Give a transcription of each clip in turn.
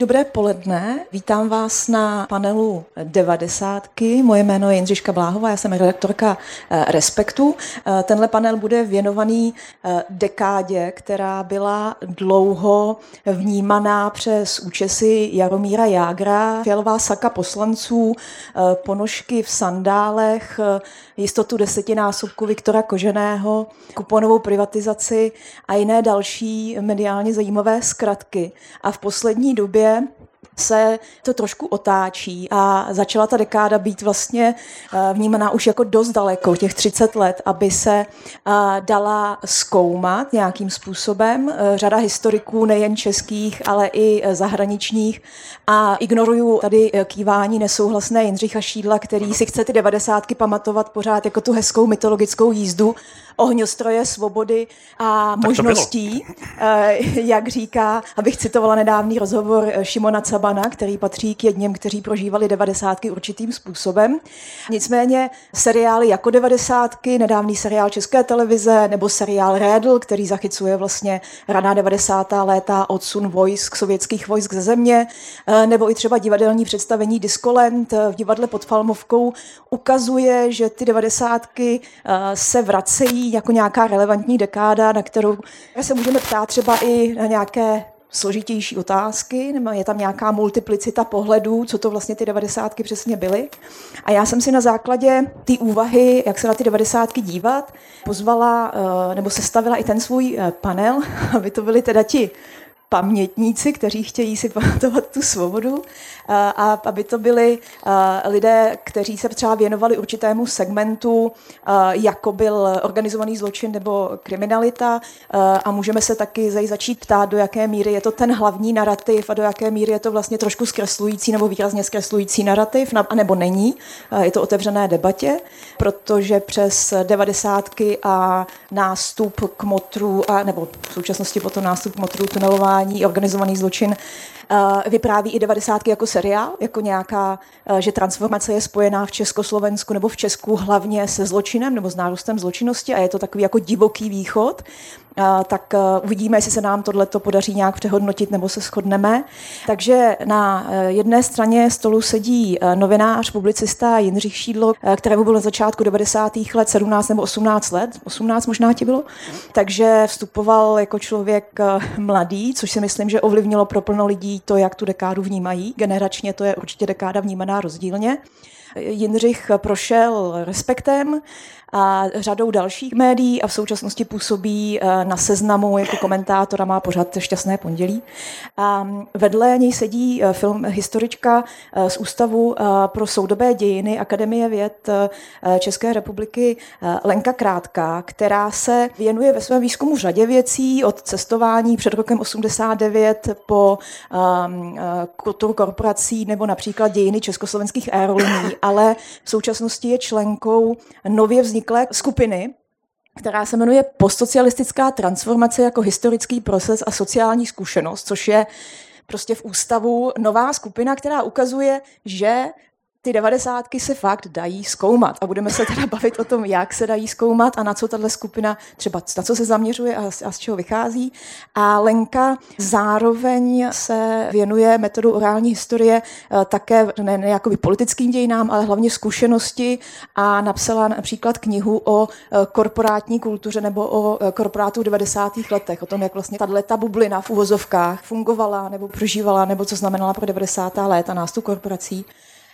Dobré poledne, vítám vás na panelu 90. Moje jméno je Jindřiška Bláhová, já jsem redaktorka Respektu. Tenhle panel bude věnovaný dekádě, která byla dlouho vnímaná přes účesy Jaromíra Jágra, fialová saka poslanců, ponožky v sandálech, jistotu desetinásobku Viktora Koženého, kuponovou privatizaci a jiné další mediálně zajímavé zkratky. A v poslední době se to trošku otáčí a začala ta dekáda být vlastně vnímaná už jako dost daleko, těch 30 let, aby se dala zkoumat nějakým způsobem. Řada historiků, nejen českých, ale i zahraničních, a ignoruju tady kývání nesouhlasné Jindřicha Šídla, který si chce ty 90. pamatovat pořád jako tu hezkou mytologickou jízdu ohňostroje svobody a tak možností, jak říká, abych citovala nedávný rozhovor Šimona Cabana, který patří k jedním, kteří prožívali 90. určitým způsobem. Nicméně seriály jako 90., nedávný seriál České televize nebo seriál Rédl, který zachycuje vlastně raná 90. léta, odsun vojsk, sovětských vojsk ze země, nebo i třeba divadelní představení Discoland v divadle pod Falmovkou ukazuje, že ty 90. se vracejí jako nějaká relevantní dekáda, na kterou se můžeme ptát třeba i na nějaké složitější otázky, nebo je tam nějaká multiplicita pohledů, co to vlastně ty 90. přesně byly. A já jsem si na základě té úvahy, jak se na ty 90. dívat, pozvala, nebo sestavila i ten svůj panel, aby to byli teda ti pamětníci, kteří chtějí si pamatovat tu svobodu, a aby to byli lidé, kteří se třeba věnovali určitému segmentu, jako byl organizovaný zločin nebo kriminalita, a můžeme se taky začít ptát, do jaké míry je to ten hlavní narrativ a do jaké míry je to vlastně trošku zkreslující nebo výrazně zkreslující narrativ, nebo není. Je to otevřené debatě, protože přes 90. a nástup kmotrů, nebo v současnosti potom nástup kmotrů, tunelování, organizovaný zločin, vypráví i 90. jako seriál, jako nějaká, že transformace je spojená v Československu nebo v Česku hlavně se zločinem nebo s nárůstem zločinnosti a je to takový jako divoký východ. Tak uvidíme, jestli se nám tohleto podaří nějak přehodnotit nebo se shodneme. Takže na jedné straně stolu sedí novinář, publicista Jindřich Šídlo, kterému bylo na začátku 90. let 17 nebo 18 let, 18 možná ti bylo, takže vstupoval jako člověk mladý, což si myslím, že ovlivnilo pro plno lidí to, jak tu dekádu vnímají. Generačně to je určitě dekáda vnímaná rozdílně. Jindřich prošel Respektem a řadou dalších médií a v současnosti působí na Seznamu jako komentátor a má pořad Šťastné pondělí. A vedle něj sedí historička z Ústavu pro soudobé dějiny Akademie věd České republiky Lenka Krátká, která se věnuje ve svém výzkumu řadě věcí, od cestování před rokem 89 po kulturu korporací nebo například dějiny československých aerolinií, ale v současnosti je členkou nově vzniklé skupiny, která se jmenuje Postsocialistická transformace jako historický proces a sociální zkušenost, což je prostě v ústavu nová skupina, která ukazuje, že ty 90. se fakt dají zkoumat. A budeme se teda bavit o tom, jak se dají zkoumat a na co tato skupina třeba na co se zaměřuje a z čeho vychází. A Lenka zároveň se věnuje metodou orální historie také ne jakoby politickým dějinám, ale hlavně zkušenosti a napsala například knihu o korporátní kultuře nebo o korporátu v 90. letech, o tom, jak vlastně tato bublina v uvozovkách fungovala nebo prožívala, nebo co znamenala pro 90. léta nástup korporací.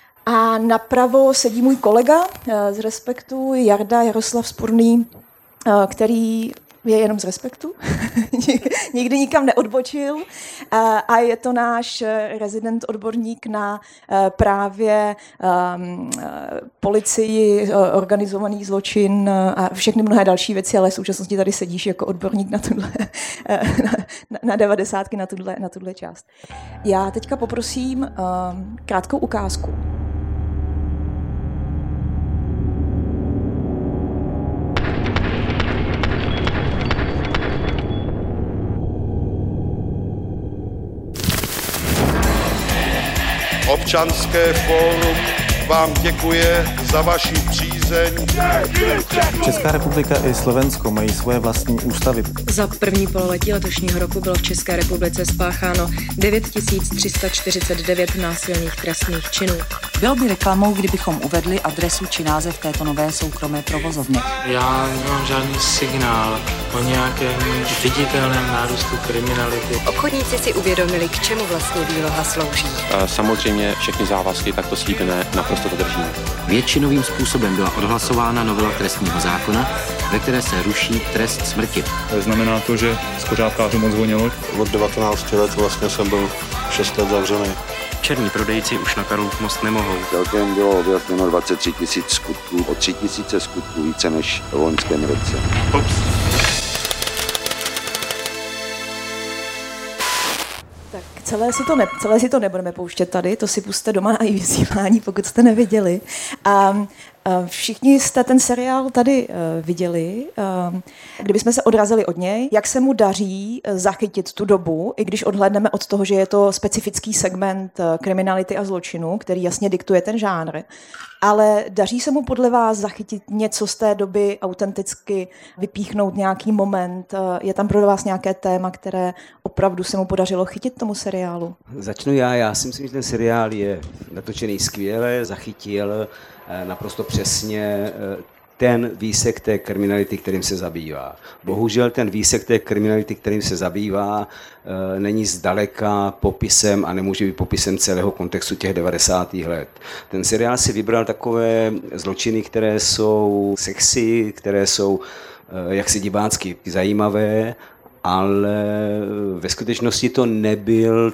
A napravo sedí můj kolega z Respektu, Jarda Jaroslav Spurný, který je jenom z Respektu, nikdy nikam neodbočil a je to náš rezident odborník na právě policii, organizovaný zločin a všechny mnohé další věci, ale v současnosti tady sedíš jako odborník na tuhle, na 90, na tuhle část. Já teďka poprosím krátkou ukázku. Občanské fórum vám děkuje za vaši přízeň píseň. Česká republika i Slovensko mají svoje vlastní ústavy. Za první pololetí letošního roku bylo v České republice spácháno 9349 násilných trestných činů. Bylo by reklamou, kdybychom uvedli adresu či název této nové soukromé provozovny. Já nemám žádný signál o nějakém viditelném nárůstu kriminality. Obchodníci si uvědomili, k čemu vlastně výloha slouží. Samozřejmě všechny závazky takto slíbené naprosto dodržíme. Většinovým způsobem byla odhlasována novela trestního zákona, ve které se ruší trest smrti. Znamená to, že spořádkářů moc zvonilo? Od 19 let vlastně jsem byl 6 let zavřený. Černí prodejci už na Karlův most nemohou. Celkem bylo objasněno 23 000 skutků, o 3 000 skutků více než v loňském roce. Tak celé si to nebudeme pouštět tady, to si pusťte doma na vysílání, pokud jste neviděli. A všichni jste ten seriál tady viděli. Kdybychom se odrazili od něj, jak se mu daří zachytit tu dobu, i když odhlédneme od toho, že je to specifický segment kriminality a zločinu, který jasně diktuje ten žánr, ale daří se mu podle vás zachytit něco z té doby, autenticky vypíchnout nějaký moment? Je tam pro vás nějaké téma, které opravdu se mu podařilo chytit tomu seriálu? Začnu já si myslím, že ten seriál je natočený skvěle, zachytil naprosto přesně ten výsek té kriminality, kterým se zabývá. Bohužel ten výsek té kriminality, kterým se zabývá, není zdaleka popisem a nemůže být popisem celého kontextu těch 90. let. Ten seriál si vybral takové zločiny, které jsou sexy, které jsou jaksi divácky zajímavé, ale ve skutečnosti to nebyl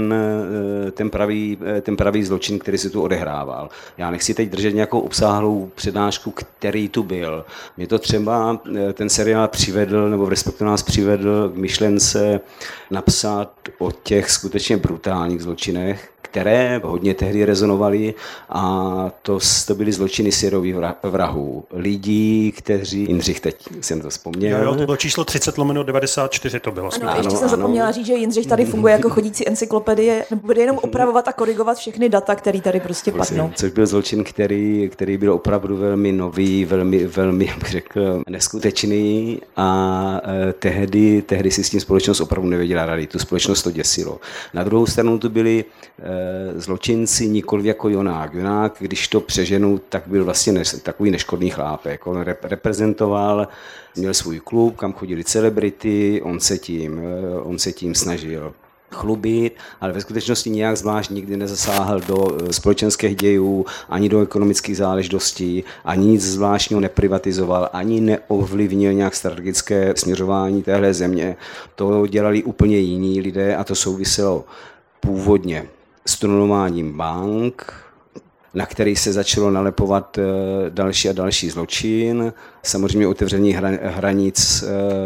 ten pravý zločin, který se tu odehrával. Já nechci teď držet nějakou obsáhlou přednášku, který tu byl. Mě to třeba ten seriál přivedl, nebo v respektu nás přivedl k myšlence napsat o těch skutečně brutálních zločinech, které hodně tehdy rezonovaly, a to byly zločiny syrových vrahů. Lidí, kteří, Jindřich, teď jsem to vzpomněl. Jo, to bylo číslo 30/94 to bylo. Ano, ještě jsem zapomněla říct, že Jindřich tady funguje jako chodící encyklopedie, bude jenom opravovat a korigovat všechny data, které tady prostě padnou. Což byl zločin, který byl opravdu velmi nový, velmi, jak řekl, neskutečný, a tehdy si s tím společnost opravdu nevěděla rady. Tu společnost to děsilo. Na druhou stranu tu byli zločinci nikoli jako Jonák. Jonák, když to přeženu, tak byl vlastně takový neškodný chlápek. On reprezentoval, měl svůj klub, kam chodili celebrity, on se tím snažil chlubit, ale ve skutečnosti nějak zvlášť nikdy nezasáhl do společenských dějů, ani do ekonomických záležitostí, ani nic zvláštního neprivatizoval, ani neovlivnil nějak strategické směřování téhle země. To dělali úplně jiní lidé a to souviselo původně s tunelováním bank, na který se začalo nalepovat další a další zločin. Samozřejmě otevření hranic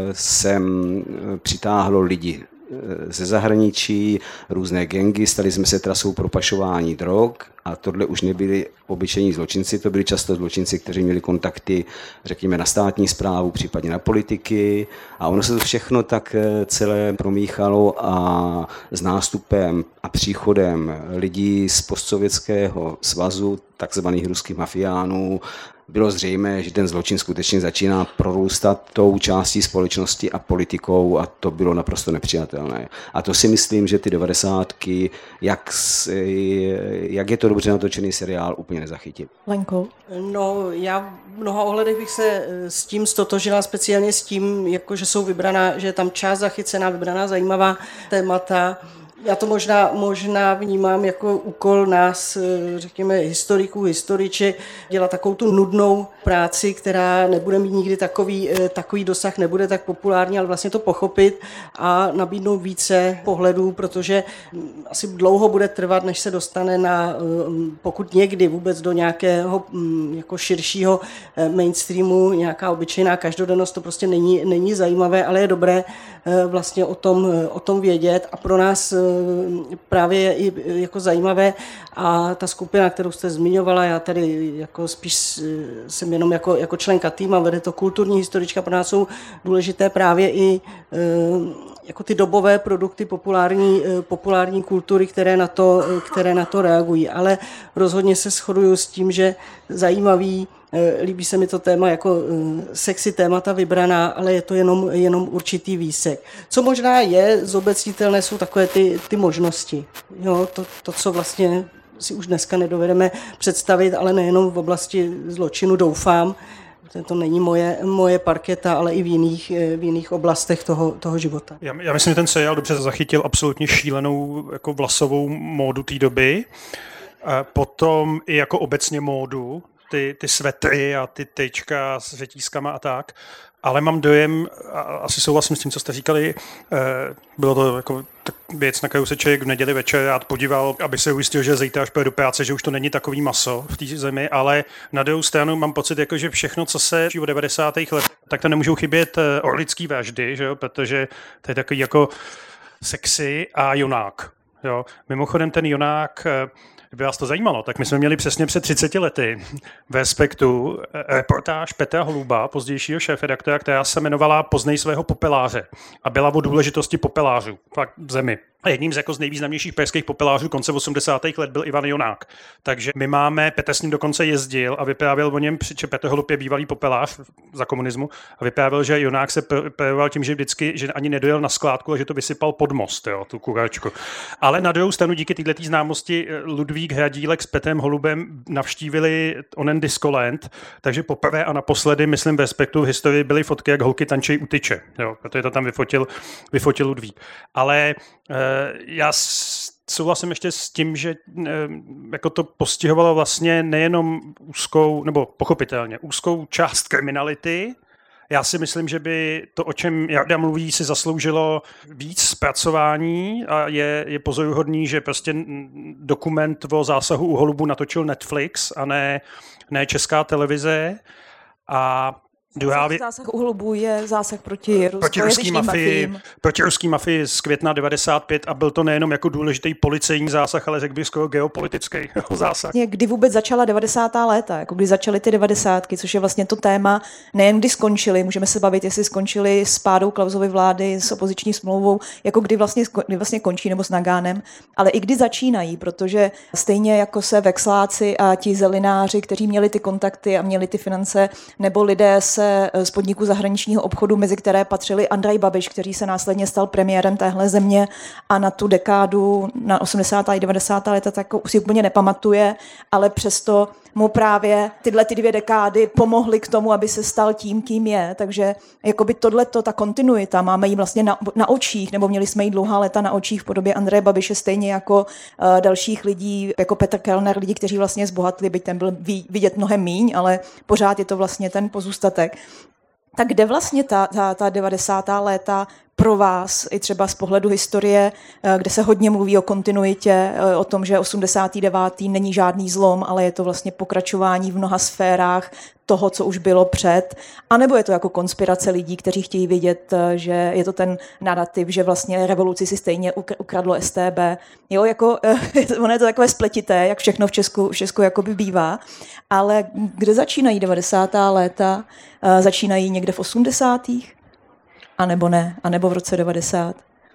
sem přitáhlo lidi ze zahraničí, různé gangy, stali jsme se trasou pro pašování drog, a tohle už nebyli obyčejní zločinci, to byli často zločinci, kteří měli kontakty, řekněme, na státní správu, případně na politiky, a ono se to všechno tak celé promíchalo, a s nástupem a příchodem lidí z postsovětského svazu, takzvaných ruských mafiánů, bylo zřejmé, že ten zločin skutečně začíná prorůstat tou částí společnosti a politikou, a to bylo naprosto nepřijatelné. A to si myslím, že ty 90, jak je to dobře natočený seriál, úplně nezachytil. Lenko? No, já v mnoha ohledech bych se s tím stotožila, speciálně s tím, jako že jsou vybraná, že je tam část zachycená, vybraná zajímavá témata. Já to možná vnímám jako úkol nás, řekněme, historiků, historiči, dělat takovou tu nudnou práci, která nebude mít nikdy takový dosah, nebude tak populární, ale vlastně to pochopit a nabídnout více pohledů, protože asi dlouho bude trvat, než se dostane pokud někdy vůbec do nějakého jako širšího mainstreamu, nějaká obyčejná každodennost, to prostě není zajímavé, ale je dobré vlastně o tom vědět, a pro nás právě je i jako zajímavé, a ta skupina, kterou jste zmiňovala, já tady jako spíš jsem jenom jako členka týma, vede to kulturní historička, pro nás jsou důležité právě i jako ty dobové produkty populární kultury, které na to reagují. Ale rozhodně se shoduju s tím, že zajímavý, líbí se mi to téma jako sexy témata vybraná, ale je to jenom určitý výsek. Co možná je zobecnitelné, jsou takové ty možnosti. Jo, to, co vlastně si už dneska nedovedeme představit, ale nejenom v oblasti zločinu, doufám. To není moje parketa, ale i v jiných oblastech toho života. Já myslím, že ten seriál dobře zachytil absolutně šílenou jako vlasovou módu té doby. Potom i jako obecně módu, ty svetry a ty tečka s řetízkama a tak. Ale mám dojem, a asi souhlasím s tím, co jste říkali, bylo to jako věc, na kterou se člověk v neděli večer rád podíval, aby se ujistil, že zítra až půjde do práce, že už to není takový maso v té zemi, ale na druhou stranu mám pocit, jako, že všechno, co se v 90. letech, tak to nemůžou chybět orlický vraždy, že jo? Protože to je takový jako sexy a Jonák. Jo? Mimochodem ten Jonák, kdyby vás to zajímalo, tak my jsme měli přesně před 30 lety v Respektu reportáž Petra Holuba, pozdějšího šéfredaktora, která se jmenovala Poznej svého popeláře a byla o důležitosti popelářů fakt v zemi. A jedním z jako z nejvýznamnějších pražských popelářů konce 80. let byl Ivan Jonák. Takže my máme, Petr s ním dokonce jezdil a vyprávěl o něm, že Petr Holub je bývalý popelář za komunismu a vyprávěl, že Jonák se projevoval tím, že vždycky, že ani nedojel na skládku, ale že to vysypal pod most, jo, tu kukačku. Ale na druhou stranu díky této známosti Ludvík Hradílek s Petrem Holubem navštívili onen Discoland, takže poprvé a naposledy, myslím, v Respektu v historii byly fotky, jak holky tančejí u tyče, jo, protože to tam vyfotil Ludvík. Ale já souhlasím ještě s tím, že jako to postihovalo vlastně nejenom úzkou, nebo pochopitelně úzkou část kriminality. Já si myslím, že by to, o čem Jarda mluví, si zasloužilo víc zpracování a je pozoruhodný, že prostě dokument o zásahu u Holubu natočil Netflix a ne Česká televize. A zásah u Holubu je zásah proti ruský mafii z května 95 a byl to nejenom jako důležitý policejní zásah, ale řekl bych skoro geopolitický zásah. Kdy vůbec začala 90. léta, jako kdy začaly ty 90, což je vlastně to téma, nejen kdy skončily, můžeme se bavit, jestli skončily s pádou Klausovy vlády, s opoziční smlouvou, jako kdy vlastně končí, nebo s Nagánem, ale i kdy začínají, protože stejně jako se vexláci a ti zelináři, kteří měli ty kontakty a měli ty finance, nebo lidé z podniku zahraničního obchodu, mezi které patřili Andrej Babiš, který se následně stal premiérem téhle země a na tu dekádu, na 80. a 90. léta, tak si úplně nepamatuje, ale přesto mu právě tyhle ty 2 dekády pomohly k tomu, aby se stal tím, kým je. Takže jakoby tohleto, ta kontinuita, máme ji vlastně na očích, nebo měli jsme ji dlouhá léta na očích v podobě Andreje Babiše, stejně jako dalších lidí, jako Petr Kellner, lidi, kteří vlastně zbohatli, byť ten byl vidět mnohem míň, ale pořád je to vlastně ten pozůstatek. Tak kde vlastně ta 90. léta pro vás, i třeba z pohledu historie, kde se hodně mluví o kontinuitě, o tom, že 89. není žádný zlom, ale je to vlastně pokračování v mnoha sférách toho, co už bylo před, anebo je to jako konspirace lidí, kteří chtějí vědět, že je to ten narrativ, že vlastně revoluci si stejně ukradlo StB. Jo, jako ono je to takové spletité, jak všechno v Česku jakoby bývá, ale kde začínají 90. léta? Začínají někde v 80. A nebo ne, a nebo v roce 90.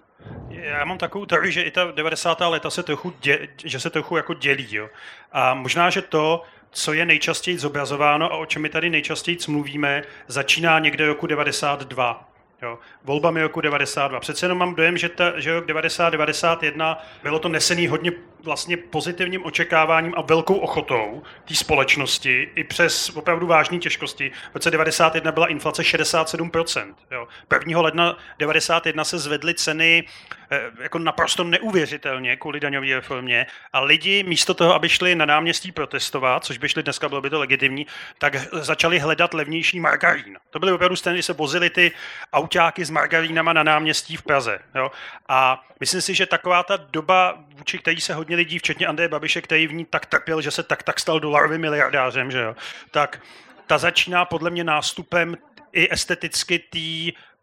Já mám takovou teorii, že i ta 90. léta se trochu jako dělí. Jo. A možná, že to, co je nejčastěji zobrazováno a o čem my tady nejčastěji mluvíme, začíná někde roku 92. Jo, volbami roku 92. Přece jenom mám dojem, že rok 90-91 bylo to nesený hodně vlastně pozitivním očekáváním a velkou ochotou té společnosti i přes opravdu vážné těžkosti. V roce 91 byla inflace 67%. Jo. 1. ledna 91 se zvedly ceny jako naprosto neuvěřitelně kvůli daňové reformě a lidi místo toho, aby šli na náměstí protestovat, což by šli dneska, bylo by to legitimní, tak začali hledat levnější margarín. To byly opravdu scény, kdy se vozily ty autáky s margarínama na náměstí v Praze. Jo. A myslím si, že taková ta doba, vůči který se hodně lidí, včetně Andreje Babiše, který v ní tak trpěl, že se tak stal dolarovým miliardářem, že jo, tak ta začíná podle mě nástupem i esteticky té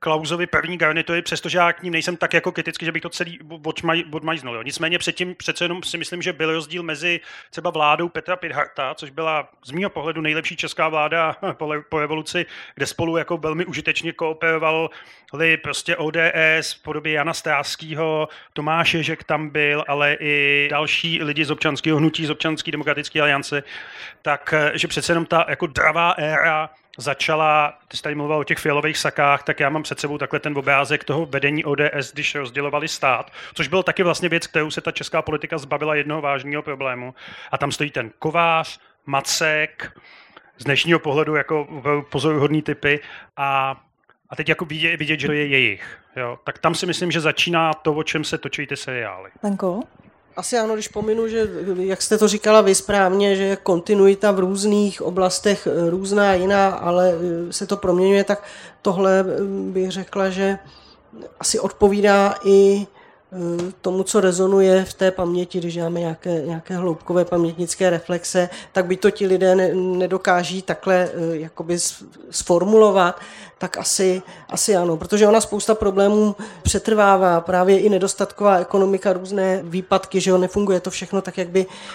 Klausovi první garnitury, přestože já k ním nejsem tak jako kritický, že bych to celý odmajznul. Nicméně předtím přece jenom si myslím, že byl rozdíl mezi třeba vládou Petra Pitharta, což byla z mého pohledu nejlepší česká vláda po revoluci, kde spolu jako velmi užitečně kooperovali prostě ODS v podobě Jana Stráskýho, Tomáš Ježek tam byl, ale i další lidi z občanského hnutí, z občanské demokratické aliance, takže přece jenom ta jako dravá éra začala, ty jsi tady mluvil o těch fialových sakách, tak já mám před sebou takhle ten obrázek toho vedení ODS, když rozdělovali stát, což byl taky vlastně věc, kterou se ta česká politika zbavila jednoho vážného problému. A tam stojí ten Kovář, Macek, z dnešního pohledu jako pozoruhodný typy a teď jako vidět, že to je jejich. Jo? Tak tam si myslím, že začíná to, o čem se točí ty seriály. Lenko? Asi ano, když pominu, že jak jste to říkala vy správně, že je kontinuita v různých oblastech různá jiná, ale se to proměňuje, tak tohle bych řekla, že asi odpovídá i tomu, co rezonuje v té paměti, když děláme nějaké hloubkové pamětnické reflexe, tak by to ti lidé nedokáží takhle jakoby sformulovat, tak asi ano, protože ona spousta problémů přetrvává, právě i nedostatková ekonomika, různé výpadky, že jo, nefunguje to všechno tak,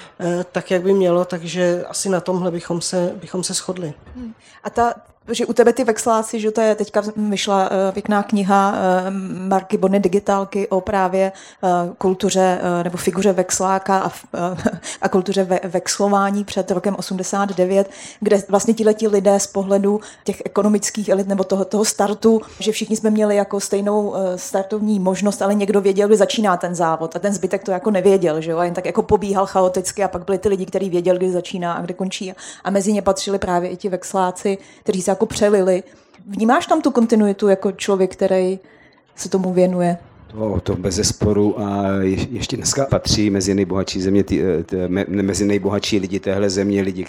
jak by mělo, takže asi na tomhle bychom se shodli. A že u tebe ty vexláci, že to je teďka vyšla pěkná kniha Marky Bony Digitálky o právě kultuře nebo figuře vexláka a kultuře vexlování před rokem 89, kde vlastně tihleti lidé z pohledu těch ekonomických elit nebo toho startu, že všichni jsme měli jako stejnou startovní možnost, ale někdo věděl, kdy začíná ten závod a ten zbytek to jako nevěděl, že jo, a jen tak jako pobíhal chaoticky a pak byli ty lidi, kteří věděli, kdy začíná a kde končí a mezi ně patřili právě i ti vexláci, kteří se jako přelili. Vnímáš tam tu kontinuitu jako člověk, který se tomu věnuje? To bezesporu a ještě dneska patří mezi nejbohatší země, mezi nejbohatší lidi téhle země, lidi,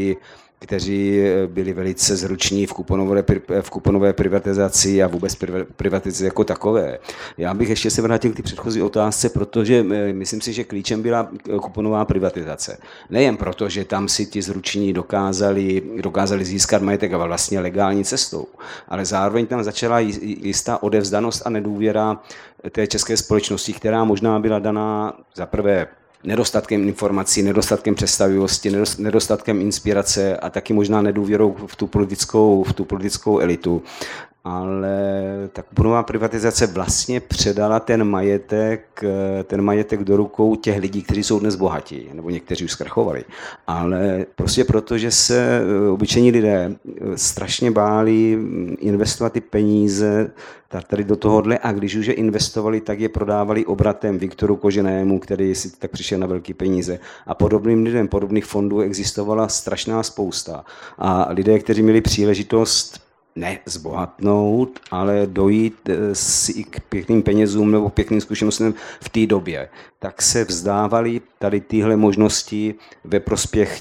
kteří byli velice zruční v kuponové privatizaci a vůbec privatizaci jako takové. Já bych ještě se vrátil k té předchozí otázce, protože myslím si, že klíčem byla kuponová privatizace. Nejen proto, že tam si ti zruční dokázali získat majetek a vlastně legální cestou, ale zároveň tam začala jistá odevzdanost a nedůvěra té české společnosti, která možná byla daná za prvé nedostatkem informací, nedostatkem představivosti, nedostatkem inspirace a taky možná nedůvěrou v tu politickou elitu. Ale ta kuponová privatizace vlastně předala ten majetek do rukou těch lidí, kteří jsou dnes bohatí, nebo někteří už zkrachovali. Ale prostě proto, že se obyčejní lidé strašně báli investovat ty peníze tady do tohohle a když už je investovali, tak je prodávali obratem Viktoru Koženému, který si tak přišel na velké peníze. A podobným lidem, podobných fondů existovala strašná spousta. A lidé, kteří měli příležitost ne zbohatnout, ale dojít si k pěkným penězům nebo pěkným zkušenostem v té době, tak se vzdávali tady tyhle možnosti ve prospěch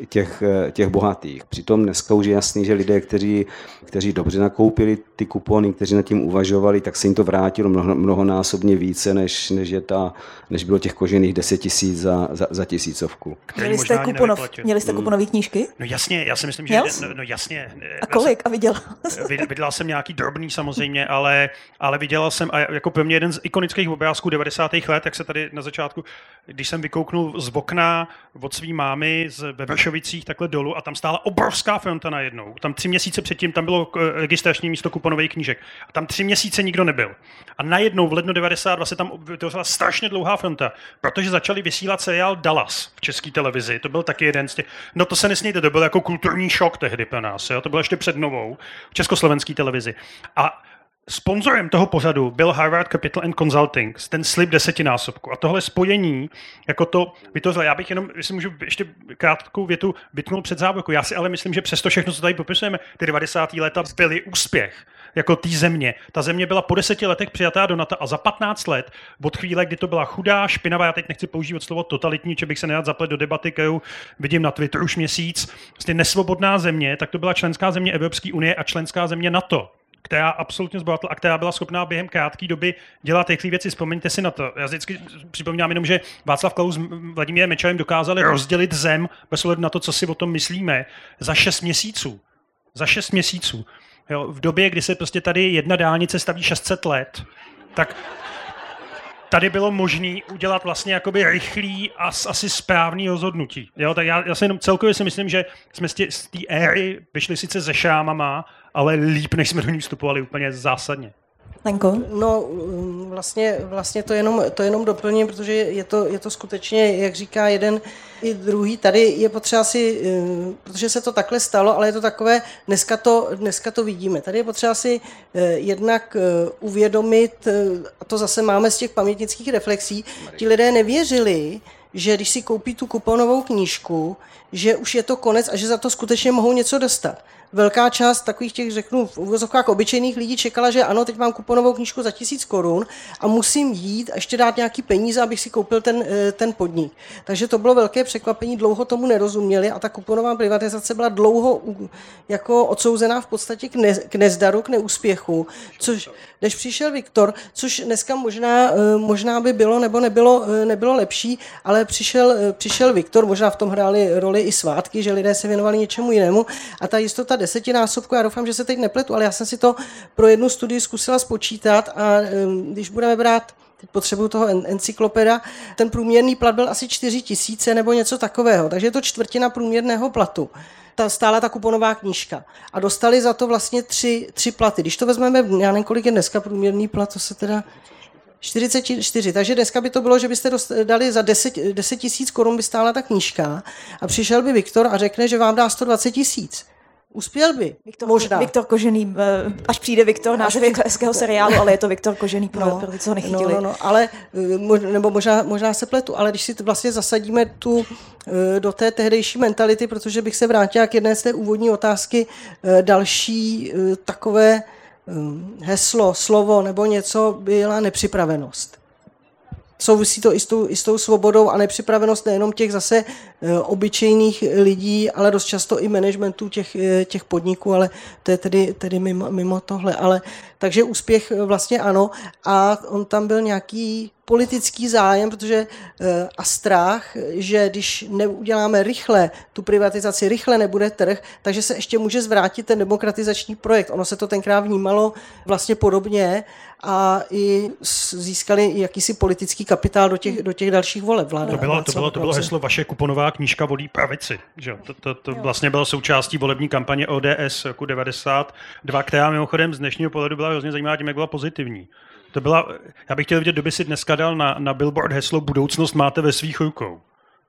těch bohatých. Přitom dneska už je jasný, že lidé, kteří dobře nakoupili ty kupony, kteří nad tím uvažovali, tak se jim to vrátilo mnohonásobně více, než bylo těch kožených 10 000 za tisícovku. Měli jste kuponové knížky? No jasně, já si myslím, že... No jasně. A kolik? A viděl? Vydělal jsem nějaký drobný samozřejmě, ale vydělal jsem, a jako pro mě jeden z ikonických obrázků 90. let, jak se tady na začátku, když jsem vykouknul z okna od svý mámy ve Vršovicích takhle dolů a tam stála obrovská fronta najednou. Tam 3 měsíce předtím tam bylo registrační místo kuponových knížek. A tam 3 měsíce nikdo nebyl. A najednou v lednu 92 se tam vytvořila strašně dlouhá fronta, protože začali vysílat seriál Dallas v české televizi. To byl taky jeden z těch. No to se nesmějte, to byl jako kulturní šok tehdy pro nás. Jo? To bylo ještě před novou v československé televizi. A sponzorem toho pořadu byl Harvard Capital and Consulting, ten slib 10násobku. A tohle spojení, jako to vytvořilo. Já bych jenom, jestli můžu ještě krátkou větu vytknout před závorku. Já si ale myslím, že přesto všechno, co tady popisujeme, ty 90. léta byly úspěch jako té země. Ta země byla po 10 letech přijatá do NATO a za 15 let, od chvíle, kdy to byla chudá, špinavá, já teď nechci používat slovo totalitní, že bych se nerad zaplet do debaty, kterou vidím na Twitteru už měsíc, vlastně nesvobodná země, tak to byla členská země Evropské unie a členská země NATO, která absolutně zbohatla a která byla schopná během krátké doby dělat tyhle věci. Vzpomeňte si na to. Já vždycky připomínám jenom, že Václav Klaus s Vladimírem Mečiarem dokázali rozdělit zem bez ohledu na to, co si o tom myslíme, za 6 měsíců. Za 6 měsíců. Jo, v době, kdy se prostě tady jedna dálnice staví 600 let, tak tady bylo možné udělat vlastně jakoby rychlý a asi správný rozhodnutí. Jo, tak já si jenom celkově si myslím, že jsme z té éry vyšli sice ze šámama, ale líp, než jsme do ní vstupovali úplně zásadně. Lenko? No, vlastně to jenom doplním, protože je to skutečně, jak říká jeden i druhý, tady je potřeba si, protože se to takhle stalo, ale je to takové, dneska to vidíme. Tady je potřeba si jednak uvědomit, a to zase máme z těch pamětnických reflexí, ti lidé nevěřili, že když si koupí tu kuponovou knížku, že už je to konec a že za to skutečně mohou něco dostat. Velká část takových těch, řeknu, v uvozovkách obyčejných lidí čekala, že ano, teď mám kuponovou knížku za 1000 korun a musím jít a ještě dát nějaký peníze, abych si koupil ten podnik. Takže to bylo velké překvapení, dlouho tomu nerozuměli a ta kuponová privatizace byla dlouho jako odsouzená v podstatě k nezdaru, k neúspěchu, což než přišel Viktor, což dneska možná by bylo nebo nebylo lepší, ale přišel Viktor, možná v tom hráli roli i svátky, že lidé se věnovali něčemu jinému a ta jistota 10násobku, já doufám, že se teď nepletu, ale já jsem si to pro jednu studii zkusila spočítat a když budeme brát, teď potřebuju toho encyklopeda, ten průměrný plat byl asi 4 000 nebo něco takového, takže je to čtvrtina průměrného platu. Stála ta kuponová knížka. A dostali za to vlastně tři platy. Když to vezmeme, já nevím, kolik je dneska průměrný plat, to se teda 44. Takže dneska by to bylo, že byste dali za 10 000 korun by stála ta knížka a přišel by Viktor a řekne, že vám dá 120 000. Uspěl by, možná. Viktor Kožený, až přijde Viktor, název hezkého seriálu, ale je to Viktor Kožený, pro ty, co ho nechytili. Ale, nebo možná se pletu, ale když si vlastně zasadíme do té tehdejší mentality, protože bych se vrátila k jedné z té úvodní otázky, další takové heslo, slovo nebo něco byla nepřipravenost. Souvisí to i s tou svobodou a nepřipravenost nejenom těch zase obyčejných lidí, ale dost často i managementu těch podniků, ale to je tedy mimo tohle. Ale, takže úspěch vlastně ano a on tam byl nějaký politický zájem, protože a strach, že když neuděláme rychle tu privatizaci, rychle nebude trh, takže se ještě může zvrátit ten demokratizační projekt. Ono se to tenkrát vnímalo vlastně podobně a i získali jakýsi politický kapitál do těch dalších voleb. To bylo heslo vaše kuponová knížka volí pravici. Že? To vlastně bylo součástí volební kampaně ODS roku 92, která mimochodem z dnešního pohledu byla hrozně zajímavá tím, jak byla pozitivní. Já bych chtěl vidět, kdo by si dneska dal na billboard heslo budoucnost máte ve svých rukou.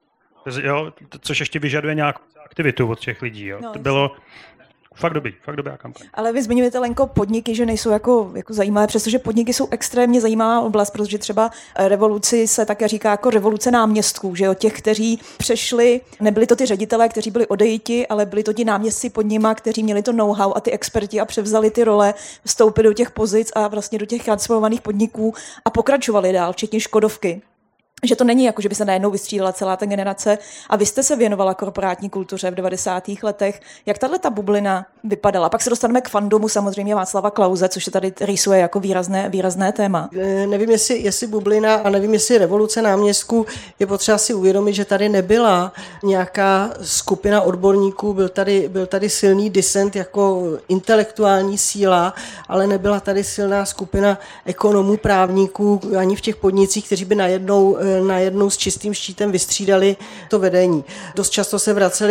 Jo, což ještě vyžaduje nějakou aktivitu od těch lidí. Jo. To bylo fakt dobrá kampaň. Ale vy zmiňujete, Lenko, podniky, že nejsou jako zajímavé, přestože podniky jsou extrémně zajímavá oblast, protože třeba revoluci se také říká jako revoluce náměstků, že jo, těch, kteří přešli, nebyli to ty ředitelé, kteří byli odejiti, ale byli to ti náměstci pod nima, kteří měli to know-how a ty experti a převzali ty role, vstoupili do těch pozic a vlastně do těch transformovaných podniků a pokračovali dál, včetně Škodovky. Že to není jako, že by se najednou vystřídala celá ta generace. A vy jste se věnovala korporátní kultuře v 90. letech. Jak tato bublina vypadala? Pak se dostaneme k fandomu samozřejmě Václava Klause, což se tady rýsuje jako výrazné téma. Nevím, jestli bublina a nevím, jestli revoluce náměstků. Je potřeba si uvědomit, že tady nebyla nějaká skupina odborníků, byl tady silný disent jako intelektuální síla, ale nebyla tady silná skupina ekonomů, právníků, ani v těch podnicích, kteří by najednou s čistým štítem vystřídali to vedení. Dost často se vraceli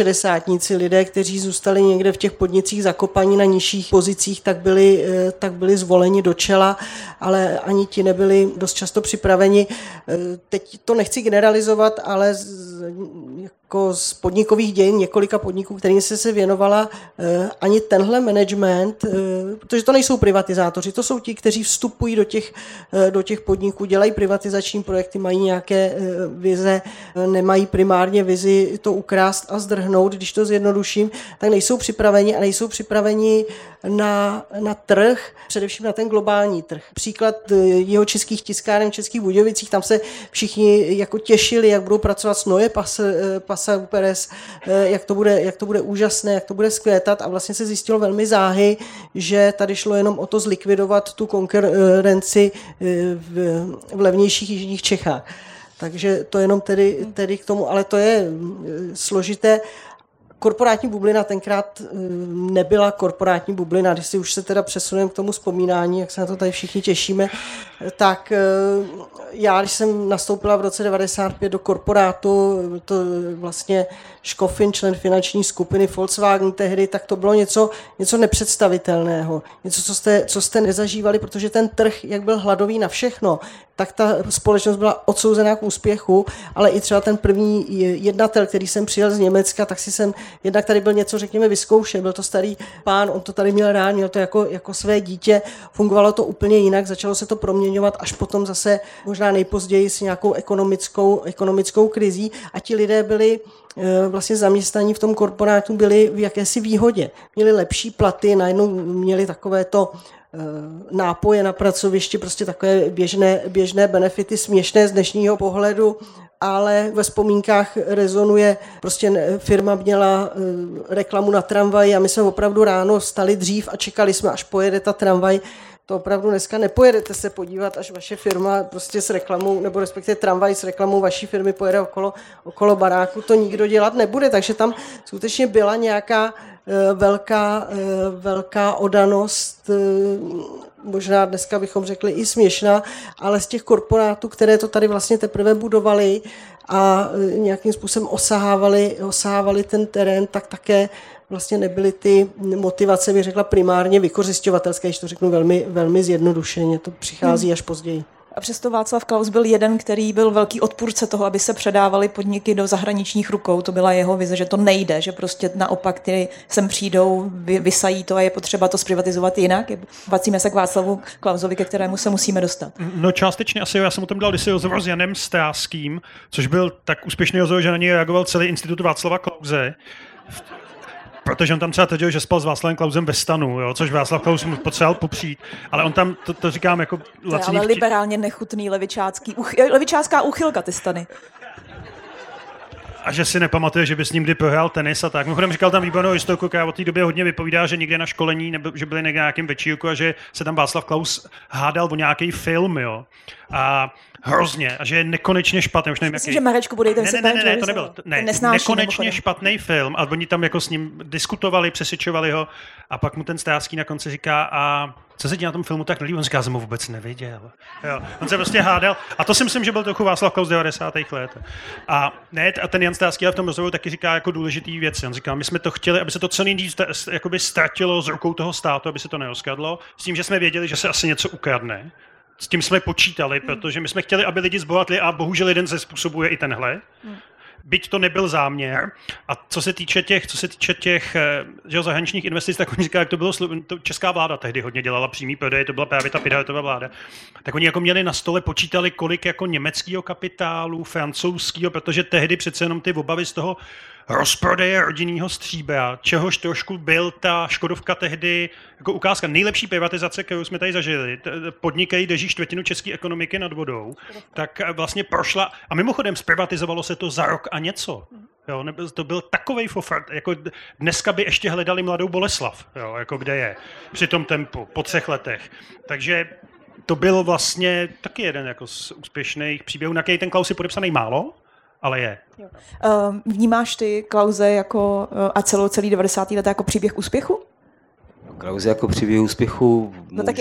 68 lidé, kteří zůstali někde v těch podnicích zakopaní na nižších pozicích, tak byli zvoleni do čela, ale ani ti nebyli dost často připraveni. Teď to nechci generalizovat, ale jako z podnikových dějin několika podniků, kterým se věnovala, ani tenhle management, protože to nejsou privatizátoři, to jsou ti, kteří vstupují do těch podniků, dělají privatizační projekty, mají nějaké vize, nemají primárně vizi to ukrást a zdrhnout, když to zjednoduším, tak nejsou připraveni na trh, především na ten globální trh. Příklad jihočeských tiskáren v Českých Budějovicích, tam se všichni jako těšili, jak budou pracovat s Noé Pasa Perez, jak to bude úžasné, jak to bude skvětat a vlastně se zjistilo velmi záhy, že tady šlo jenom o to zlikvidovat tu konkurenci v levnějších jižních Čechách. Takže to jenom tedy k tomu, ale to je složité. korporátní bublina tenkrát nebyla korporátní bublina. Když si už se teda přesuneme k tomu vzpomínání, jak se na to tady všichni těšíme, tak já, když jsem nastoupila v roce 1995 do korporátu, to vlastně Škofin, člen finanční skupiny Volkswagen tehdy, tak to bylo něco nepředstavitelného. Něco, co jste nezažívali, protože ten trh, jak byl hladový na všechno, tak ta společnost byla odsouzená k úspěchu, ale i třeba ten první jednatel, který jsem přijel z Německa, tak si jsem, jednak tady byl něco, řekněme, vyzkoušet, byl to starý pán, on to tady měl rád, měl to jako své dítě, fungovalo to úplně jinak, začalo se to proměňovat až potom zase možná nejpozději s nějakou ekonomickou krizí a ti lidé byli vlastně zaměstnaní v tom korporátu, byli v jakési výhodě. Měli lepší platy, najednou měli takovéto nápoje na pracovišti, prostě takové běžné benefity, směšné z dnešního pohledu, ale ve vzpomínkách rezonuje, prostě firma měla reklamu na tramvaj a my jsme opravdu ráno vstali dřív a čekali jsme, až pojede ta tramvaj. To opravdu dneska nepojedete se podívat, až vaše firma prostě s reklamou, nebo respektive tramvaj s reklamou vaší firmy pojede okolo baráku, to nikdo dělat nebude, takže tam skutečně byla nějaká velká odanost, možná dneska bychom řekli i směšná, ale z těch korporátů, které to tady vlastně teprve budovali a nějakým způsobem osahávali ten terén, tak také vlastně nebyly ty motivace, bych řekla, primárně vykořisťovatelské, když to řeknu velmi, velmi zjednodušeně, to přichází až později. A přesto Václav Klaus byl jeden, který byl velký odpůrce toho, aby se předávaly podniky do zahraničních rukou. To byla jeho vize, že to nejde, že prostě naopak ty sem přijdou, vysají to a je potřeba to zprivatizovat jinak. Vracíme se k Václavu Klausovi, ke kterému se musíme dostat. No částečně asi, já jsem o tom dal kdysi rozhovor s Janem Stráským, což byl tak úspěšný rozhovor, že na něj reagoval celý institut Václava Klause. Protože on tam třeba tvrdil, že spal s Václavem Klausem ve stanu, jo, což Václav Klaus mu potřeboval popřít, ale on tam, to říkám jako laciný... ale liberálně nechutný levičácká úchylka, ty stany. A že si nepamatuje, že by s ním kdy prohrál tenis a tak. Mimochodem říkal tam výbornou historku, která od té době hodně vypovídá, že někde na školení, nebo že byli někde na nějakém večírku a že se tam Václav Klaus hádal o nějaký film, jo. A hrozně, a že je nekonečně špatný, už nevím, myslím, že Marečku bude ten ne, to nebyl. Nekonečně špatný film a oni tam jako s ním diskutovali, přesvědčovali ho a pak mu ten Stráský na konci říká, a co se ti na tom filmu tak nelíbí? On říká, jsem ho vůbec neviděl. Jo, on se prostě hádal a to si myslím, že byl trochu Václav Klaus 90. let. A ten Jan Stráský v tom rozhovoru taky říká jako důležitý věci. On říká, my jsme to chtěli, aby se to co nejdřív jakoby ztratilo z rukou toho státu, aby se to nerozkradlo, s tím, že jsme věděli, že se asi něco ukradne. S tím jsme počítali, protože my jsme chtěli, aby lidi zbohatli a bohužel jeden ze způsobů je i tenhle. Byť to nebyl záměr. A co se týče těch zahraničních investic, tak oni říkají, jak to bylo, česká vláda tehdy hodně dělala přímý prodej, to byla právě ta Pirátova vláda. Tak oni jako měli na stole, počítali, kolik jako německého kapitálu, francouzského, protože tehdy přece jenom ty obavy z toho rozprodeje rodinného stříbra, čehož trošku byl ta Škodovka tehdy jako ukázka. Nejlepší privatizace, kterou jsme tady zažili, podnik, který drží čtvrtinu české ekonomiky nad vodou, tak vlastně prošla, a mimochodem zprivatizovalo se to za rok a něco. Jo, to byl takovej fofart, jako dneska by ještě hledali Mladou Boleslav, jo, jako kde je, při tom tempu, po 3 letech. Takže to byl vlastně taky jeden jako z úspěšných příběhů, na který ten Klaus je podepsaný málo, ale je. Vnímáš ty Klause jako, a celý 90. let jako příběh úspěchu? Klause jako příběh úspěchu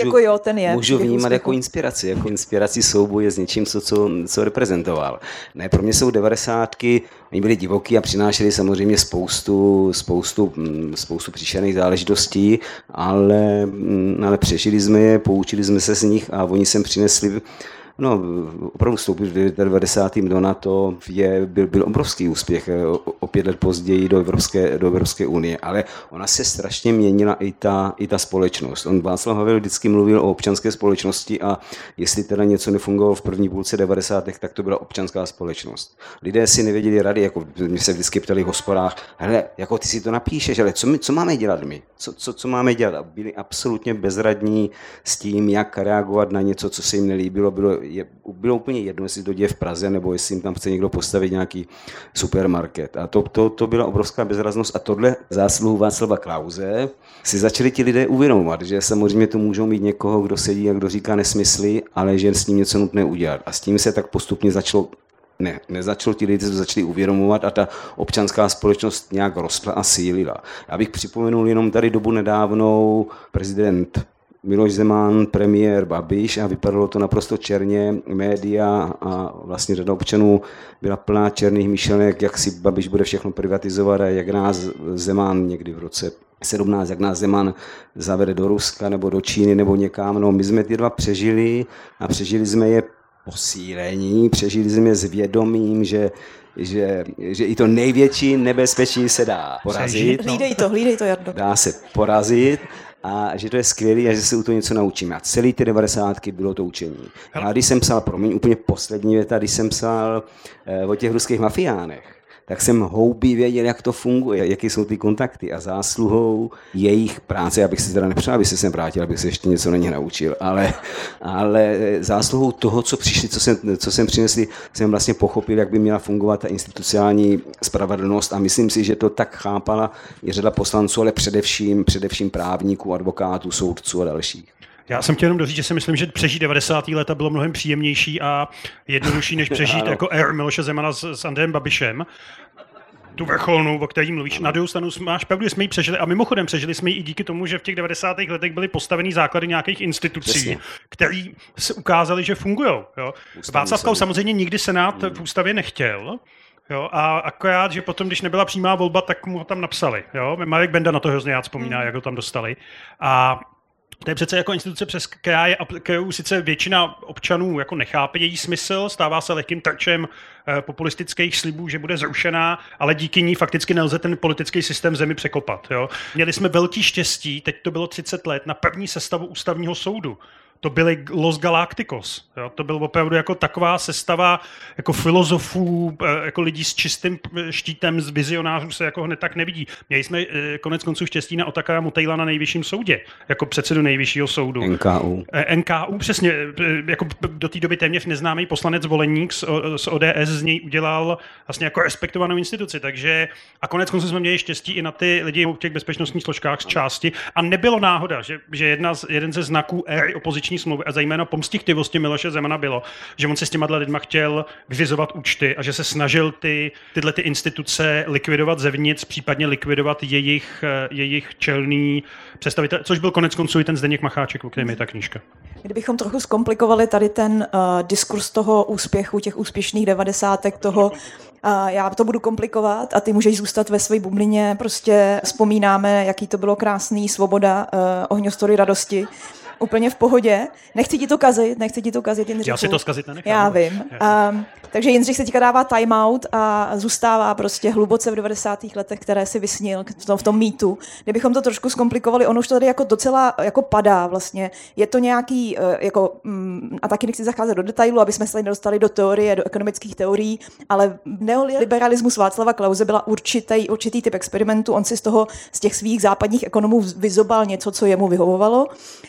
můžu vnímat jako inspiraci souboje s něčím, co reprezentoval. Ne, pro mě jsou 90. Oni byli divoký a přinášeli samozřejmě spoustu příšerných záležitostí, ale přežili jsme je, poučili jsme se z nich a oni sem přinesli. No, opravdu vstoupit v 90. do NATO byl obrovský úspěch o 5 let později do Evropské unie, ale ona se strašně měnila i ta společnost. Václav Havel vždycky mluvil o občanské společnosti a jestli teda něco nefungovalo v první půlce 90. tak to byla občanská společnost. Lidé si nevěděli rady, jako mě se vždycky ptali v hospodách, hele, jako ty si to napíšeš, ale co máme dělat my? Co máme dělat? A byli absolutně bezradní s tím, jak reagovat na něco, co se jim nelíbilo. Bylo úplně jedno, jestli to děje v Praze, nebo jestli jim tam chce někdo postavit nějaký supermarket. A to byla obrovská bezraznost a tohle zásluhu Václava Klause si začali ti lidé uvědomovat, že samozřejmě tu můžou mít někoho, kdo sedí a kdo říká nesmysly, ale že s ním něco nutné udělat. A s tím se tak postupně začalo nezačalo, ti lidé se začali uvědomovat a ta občanská společnost nějak rostla a sílila. Já bych připomenul jenom tady dobu nedávnou prezident Miloš Zeman, premiér Babiš a vypadalo to naprosto černě. Média a vlastně řada občanů byla plná černých myšlenek, jak si Babiš bude všechno privatizovat a jak nás Zeman někdy v roce 17, jak nás Zeman zavede do Ruska nebo do Číny nebo někam. No, my jsme ty dva přežili a přežili jsme je posílení, přežili jsme je s vědomím, že i to největší nebezpečí se dá porazit. Hlídej to, Jardo. Dá se porazit a že to je skvělý a že se u toho něco naučíme. A celý ty 90. bylo to učení. Já když jsem psal, úplně poslední věta, když jsem psal o těch ruských mafiánech, tak jsem hlouběji věděl, jak to funguje, jaké jsou ty kontakty a zásluhou jejich práce, já bych si teda nepřál, aby se sem vrátil, abych se ještě něco na ně naučil, ale zásluhou toho, co přišli, co jsem přinesli, jsem vlastně pochopil, jak by měla fungovat ta institucionální spravedlnost a myslím si, že to tak chápala i řada poslanců, ale především právníků, advokátů, soudců a dalších. Já jsem chtěl jenom doříct, že si myslím, že přežít 90. leta bylo mnohem příjemnější a jednodušší, než přežít jako Miloše Zemana s Andrejem Babišem. Tu vrcholnou, o které mluvíš. Na druhou stranu máš pravdu, že jsme ji přežili a mimochodem přežili jsme ji i díky tomu, že v těch 90. letech byly postavený základy nějakých institucí, které se ukázaly, že fungují. Václav Klaus samozřejmě nikdy Senát v ústavě nechtěl. Jo, a akorát, že potom, když nebyla přímá volba, tak mu ho tam napsali. Jo? Marek Benda na to hrozně rád vzpomíná, jak ho tam dostali. A to je přece jako instituce, přes kterou sice většina občanů jako nechápe její smysl, stává se lehkým terčem populistických slibů, že bude zrušená, ale díky ní fakticky nelze ten politický systém v zemi překopat. Jo. Měli jsme velký štěstí, teď to bylo 30 let, na první sestavu ústavního soudu. To byly Los Galacticos. Jo? To byl opravdu jako taková sestava jako filozofů, jako lidí s čistým štítem, z vizionářů se jako hned tak nevidí. Měli jsme konec konců štěstí na Otakara Motejla na nejvyšším soudě, jako předsedu nejvyššího soudu. NKU, přesně. Jako do té doby téměř neznámý poslanec Voleník z ODS z něj udělal vlastně jako respektovanou instituci. Takže a konec konců jsme měli štěstí i na ty lidi v těch bezpečnostních složkách z části. A nebylo náhoda, že jeden ze znaků éry opoziční smlouvy a zejména pomstychtivosti Miloše Zemana bylo, že on se s těma lidma chtěl vyřizovat účty a že se snažil tyhle instituce likvidovat zevnitř, případně likvidovat jejich čelný představitel, což byl konec konců i ten Zdeněk Macháček, o kterém je ta knížka. Kdybychom trochu zkomplikovali tady ten diskurs toho úspěchu, těch úspěšných 90. Já to budu komplikovat a ty můžeš zůstat ve své bublině, prostě vzpomínáme, jaký to bylo krásný, svoboda, ohňostory radosti. Úplně v pohodě. Nechci ti to kazit, Jindřichu. Já si to zkazit nenechám. Já vím. Takže Jindřich se teďka dává timeout a zůstává prostě hluboce v 90. letech, které si vysnil v tom mýtu. Kdybychom to trošku zkomplikovali, ono už to tady jako docela jako padá vlastně. Je to nějaký, jako, a taky nechci zacházet do detailu, aby jsme se nedostali do teorie, do ekonomických teorií, ale neoliberalismus Václava Klause byla určitý typ experimentu. On si z těch svých západních ekonomů vyzobal něco, co jemu vyhovovalo.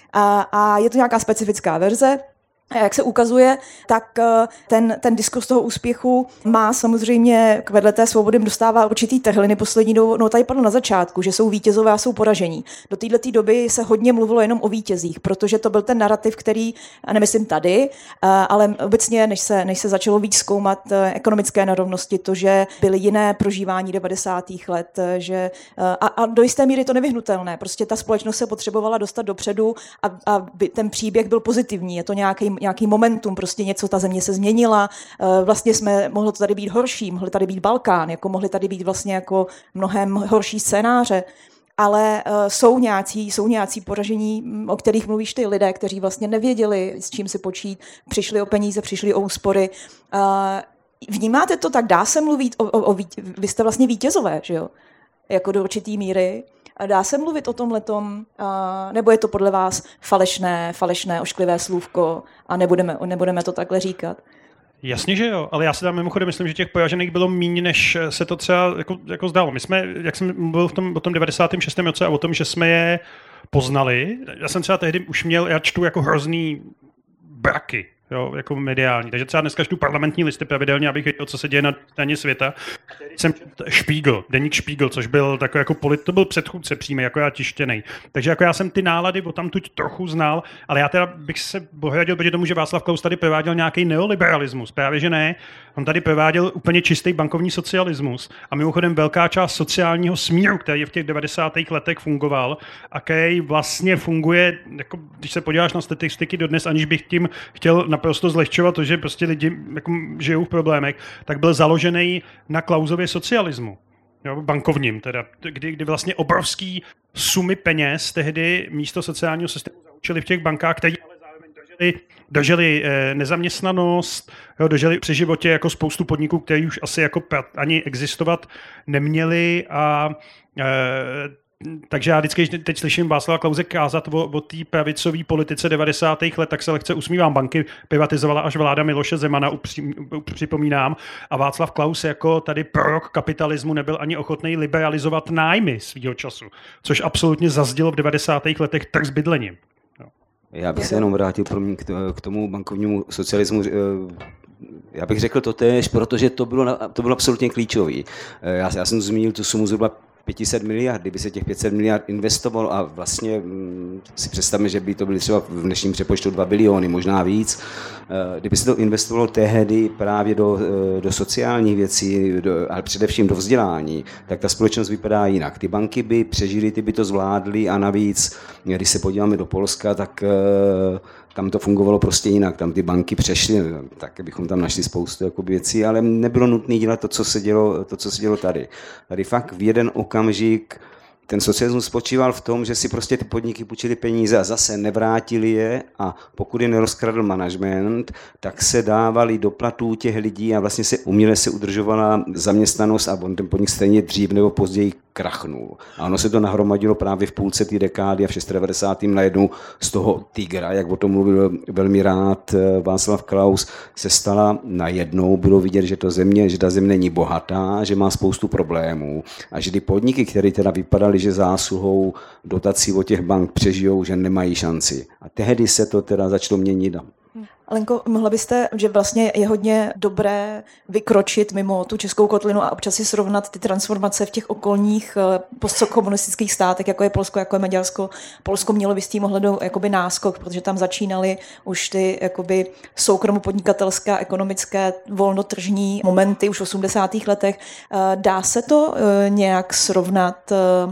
A je to nějaká specifická verze. A jak se ukazuje, tak ten diskurs toho úspěchu má samozřejmě vedle té svobody dostává určitý trhliny poslední dobou. No tady padlo na začátku, že jsou vítězové a jsou poražení. Do této doby se hodně mluvilo jenom o vítězích, protože to byl ten narrativ, který, a nemyslím tady, ale obecně, než se začalo víc zkoumat ekonomické nerovnosti, to, že byly jiné prožívání 90. let, že a do jisté míry to nevyhnutelné. Prostě ta společnost se potřebovala dostat dopředu a ten příběh byl pozitivní. Je to nějaký momentum, prostě něco, ta země se změnila, vlastně mohlo to tady být horší, mohly tady být Balkán, jako mohly tady být vlastně jako mnohem horší scénáře, ale jsou nějací poražení, o kterých mluvíš ty lidé, kteří vlastně nevěděli, s čím si počít, přišli o peníze, přišli o úspory. Vnímáte to tak? Dá se mluvit vy jste vlastně vítězové, že jo? Jako do určitý míry. Dá se mluvit o tomhletom, nebo je to podle vás falešné, ošklivé slůvko a nebudeme to takhle říkat? Jasně, že jo, ale já si tam mimochodem myslím, že těch poražených bylo méně, než se to třeba jako zdálo. My jsme, jak jsem mluvil o tom 96. roce a o tom, že jsme je poznali, já jsem třeba tehdy už já čtu jako hrozný braky, jo, jako mediální. Takže třeba dneska čtu parlamentní listy pravidelně, abych věděl, co se děje na straně světa. Jsem Spiegel, deník Spiegel, což byl takový jako to byl předchůdce přímý, jako já tištěnej. Takže jako já jsem ty nálady o tamtuť trochu znal, ale já teda bych se ohradil proti tomu, že Václav Klaus tady prováděl nějaký neoliberalismus. Právě že ne. On tady prováděl úplně čistý bankovní socialismus. A mimochodem velká část sociálního smíru, který v těch 90. letech fungoval a který vlastně funguje, jako když se podíváš na statistiky dodnes, aniž bych tím chtěl naprosto zlehčovat to, že prostě lidi jako žijou v problémech, tak byl založený na Klausově socialismu. Jo, bankovním teda, kdy vlastně obrovský sumy peněz tehdy místo sociálního systému zaučili v těch bankách, který ale zároveň drželi nezaměstnanost, jo, drželi při životě jako spoustu podniků, které už asi jako ani existovat neměli a takže já vždycky, teď slyším Václava Klause kázat o té pravicové politice 90. let, tak se lehce usmívám. Banky privatizovala až vláda Miloše Zemana, připomínám. A Václav Klaus jako tady prorok kapitalismu nebyl ani ochotný liberalizovat nájmy svýho času, což absolutně zazdělo v 90. letech trh s bydlením. No. Já bych se jenom vrátil k tomu bankovnímu socialismu. Já bych řekl to též, protože to bylo absolutně klíčový. Já jsem zmínil tu sumu zhruba 500 miliard, kdyby se těch 500 miliard investovalo a vlastně si představme, že by to byly třeba v dnešním přepočtu 2 biliony, možná víc, kdyby se to investovalo tehdy právě do sociálních věcí, ale především do vzdělání, tak ta společnost vypadá jinak. Ty banky by přežily, ty by to zvládly a navíc, když se podíváme do Polska, tak tam to fungovalo prostě jinak, tam ty banky přešly, tak bychom tam našli spoustu jakoby věcí, ale nebylo nutné dělat to, co se dělo tady. Tady fakt v jeden okamžik ten socialismus spočíval v tom, že si prostě ty podniky půjčili peníze a zase nevrátili je a pokud je nerozkradl management, tak se dávali do platů těch lidí a vlastně uměle se udržovala zaměstnanost a on ten podnik stejně dřív nebo později krachnul. A ono se to nahromadilo právě v půlce té dekády a v 96. najednou z toho tygra, jak o tom mluvil velmi rád Václav Klaus, se stala najednou, bylo vidět, že ta země není bohatá, že má spoustu problémů a že ty podniky, které teda vypadaly, že zásluhou dotací od těch bank přežijou, že nemají šanci. A tehdy se to teda začalo měnit. Alenko, mohla byste, že vlastně je hodně dobré vykročit mimo tu českou kotlinu a občas si srovnat ty transformace v těch okolních postkomunistických státech, jako je Polsko, jako je Maďarsko. Polsko mělo by s tím ohledou jakoby náskok, protože tam začínaly už ty jakoby soukromopodnikatelské a ekonomické volnotržní momenty už v 80. letech. Dá se to nějak srovnat?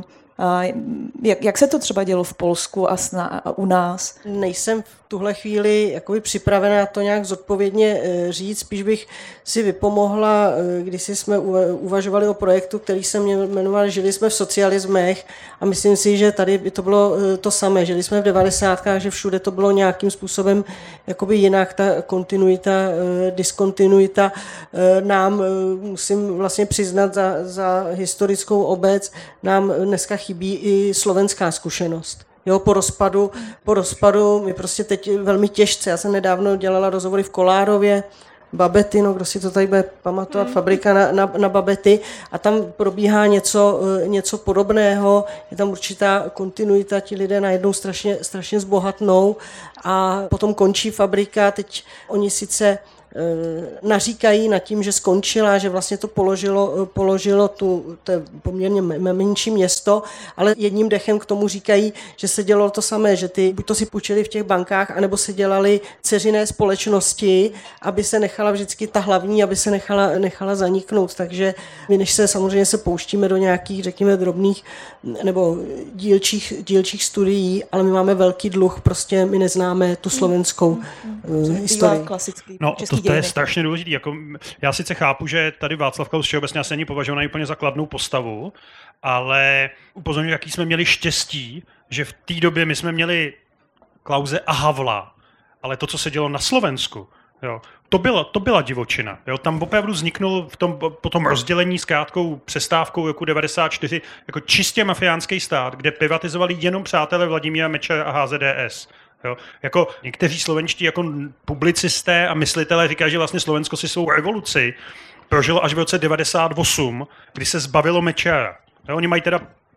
Jak se to třeba dělo v Polsku a u nás? Nejsem v tuhle chvíli jakoby připravená to nějak zodpovědně říct, spíš bych si vypomohla, když jsme uvažovali o projektu, který se jmenoval Žili jsme v socialismech a myslím si, že tady to bylo to samé. Žili jsme v 90kách, že všude to bylo nějakým způsobem jakoby jinak, ta kontinuita, diskontinuita nám, musím vlastně přiznat za historickou obec, nám dneska chybí i slovenská zkušenost. Jo, po rozpadu mi prostě teď velmi těžce. Já jsem nedávno dělala rozhovory v Kolárově, Babety, no kdo si to tady bude pamatovat, fabrika na babety a tam probíhá něco podobného, je tam určitá kontinuita, ti lidé najednou strašně zbohatnou a potom končí fabrika, teď oni sice naříkají nad tím, že skončila, že vlastně to položilo to poměrně menší město, ale jedním dechem k tomu říkají, že se dělalo to samé, že buď to si půjčili v těch bankách, anebo se dělali dceřiné společnosti, aby se nechala vždycky ta hlavní, aby se nechala zaniknout. Takže my, než samozřejmě se pouštíme do nějakých, řekněme, drobných nebo dílčích studií, ale my máme velký dluh, prostě my neznáme tu slovenskou historii. No, to je strašně důležité. Jako, já sice chápu, že tady Václav Klaus všeobecně asi není považovaný úplně za kladnou postavu, ale upozorňuji, jaký jsme měli štěstí, že v té době my jsme měli Klause a Havla, ale to, co se dělo na Slovensku, jo, to byla divočina. Jo. Tam opravdu vzniknul po tom rozdělení s krátkou přestávkou roku 94 jako čistě mafiánský stát, kde privatizovali jenom přátelé Vladimíra Mečiara a HZDS. Jo. Jako někteří slovenští jako publicisté a myslitelé říkají, že vlastně Slovensko si svou revoluci prožilo až v roce 98, kdy se zbavilo Mečiara. Jo. Oni mají teda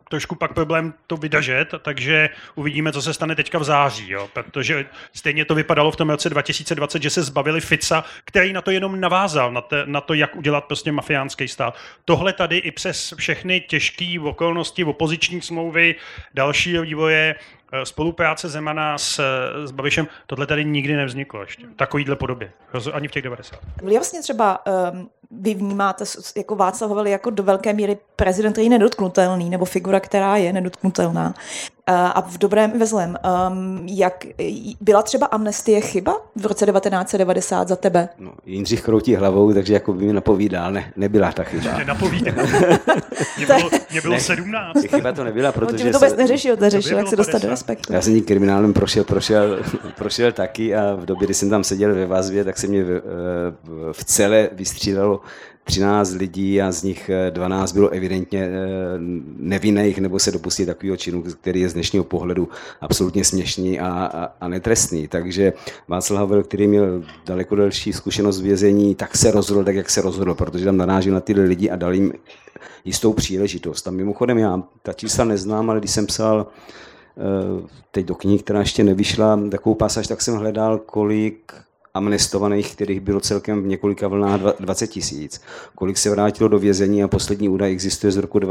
trošku pak problém to vydržet, takže uvidíme, co se stane teďka v září, jo? Protože stejně to vypadalo v tom roce 2020, že se zbavili Fica, který na to jenom navázal, na to, jak udělat prostě mafiánský stát. Tohle tady i přes všechny těžké okolnosti, opoziční smlouvy, další vývoje, spolupráce Zemana s Babišem, tohle tady nikdy nevzniklo ještě. V takovýhle podobě. Ani v těch 90. Vlastně třeba vy vnímáte jako Václav Havel jako do velké míry prezident, který je nedotknutelný, nebo figura, která je nedotknutelná. A v dobrém i ve zlém. Jak byla třeba amnestie chyba v roce 1990 za tebe? No, Jindřich kroutí hlavou, takže jako by mi napovídal, nebyla ta chyba. Napovídal. Mě bylo 17. Chyba to nebyla, protože... To vůbec neřešil, jak se dostat do respektu. Já jsem tím kriminálem prošel taky a v době, kdy jsem tam seděl ve vazbě, tak se mě v celé vystřídalo 13 lidí a z nich 12 bylo evidentně nevinných nebo se dopustili takového činu, který je z dnešního pohledu absolutně směšný a netrestný. Takže Václav Havel, který měl daleko delší zkušenost vězení, tak se rozhodl tak, jak se rozhodl, protože tam narážil na tyhle lidi a dal jim jistou příležitost. A mimochodem já ta čísla neznám, ale když jsem psal teď do knihy, která ještě nevyšla, takovou pasáž, tak jsem hledal, kolik amnestovaných, kterých bylo celkem v několika vlnách 20 000. Kolik se vrátilo do vězení a poslední údaj existuje z roku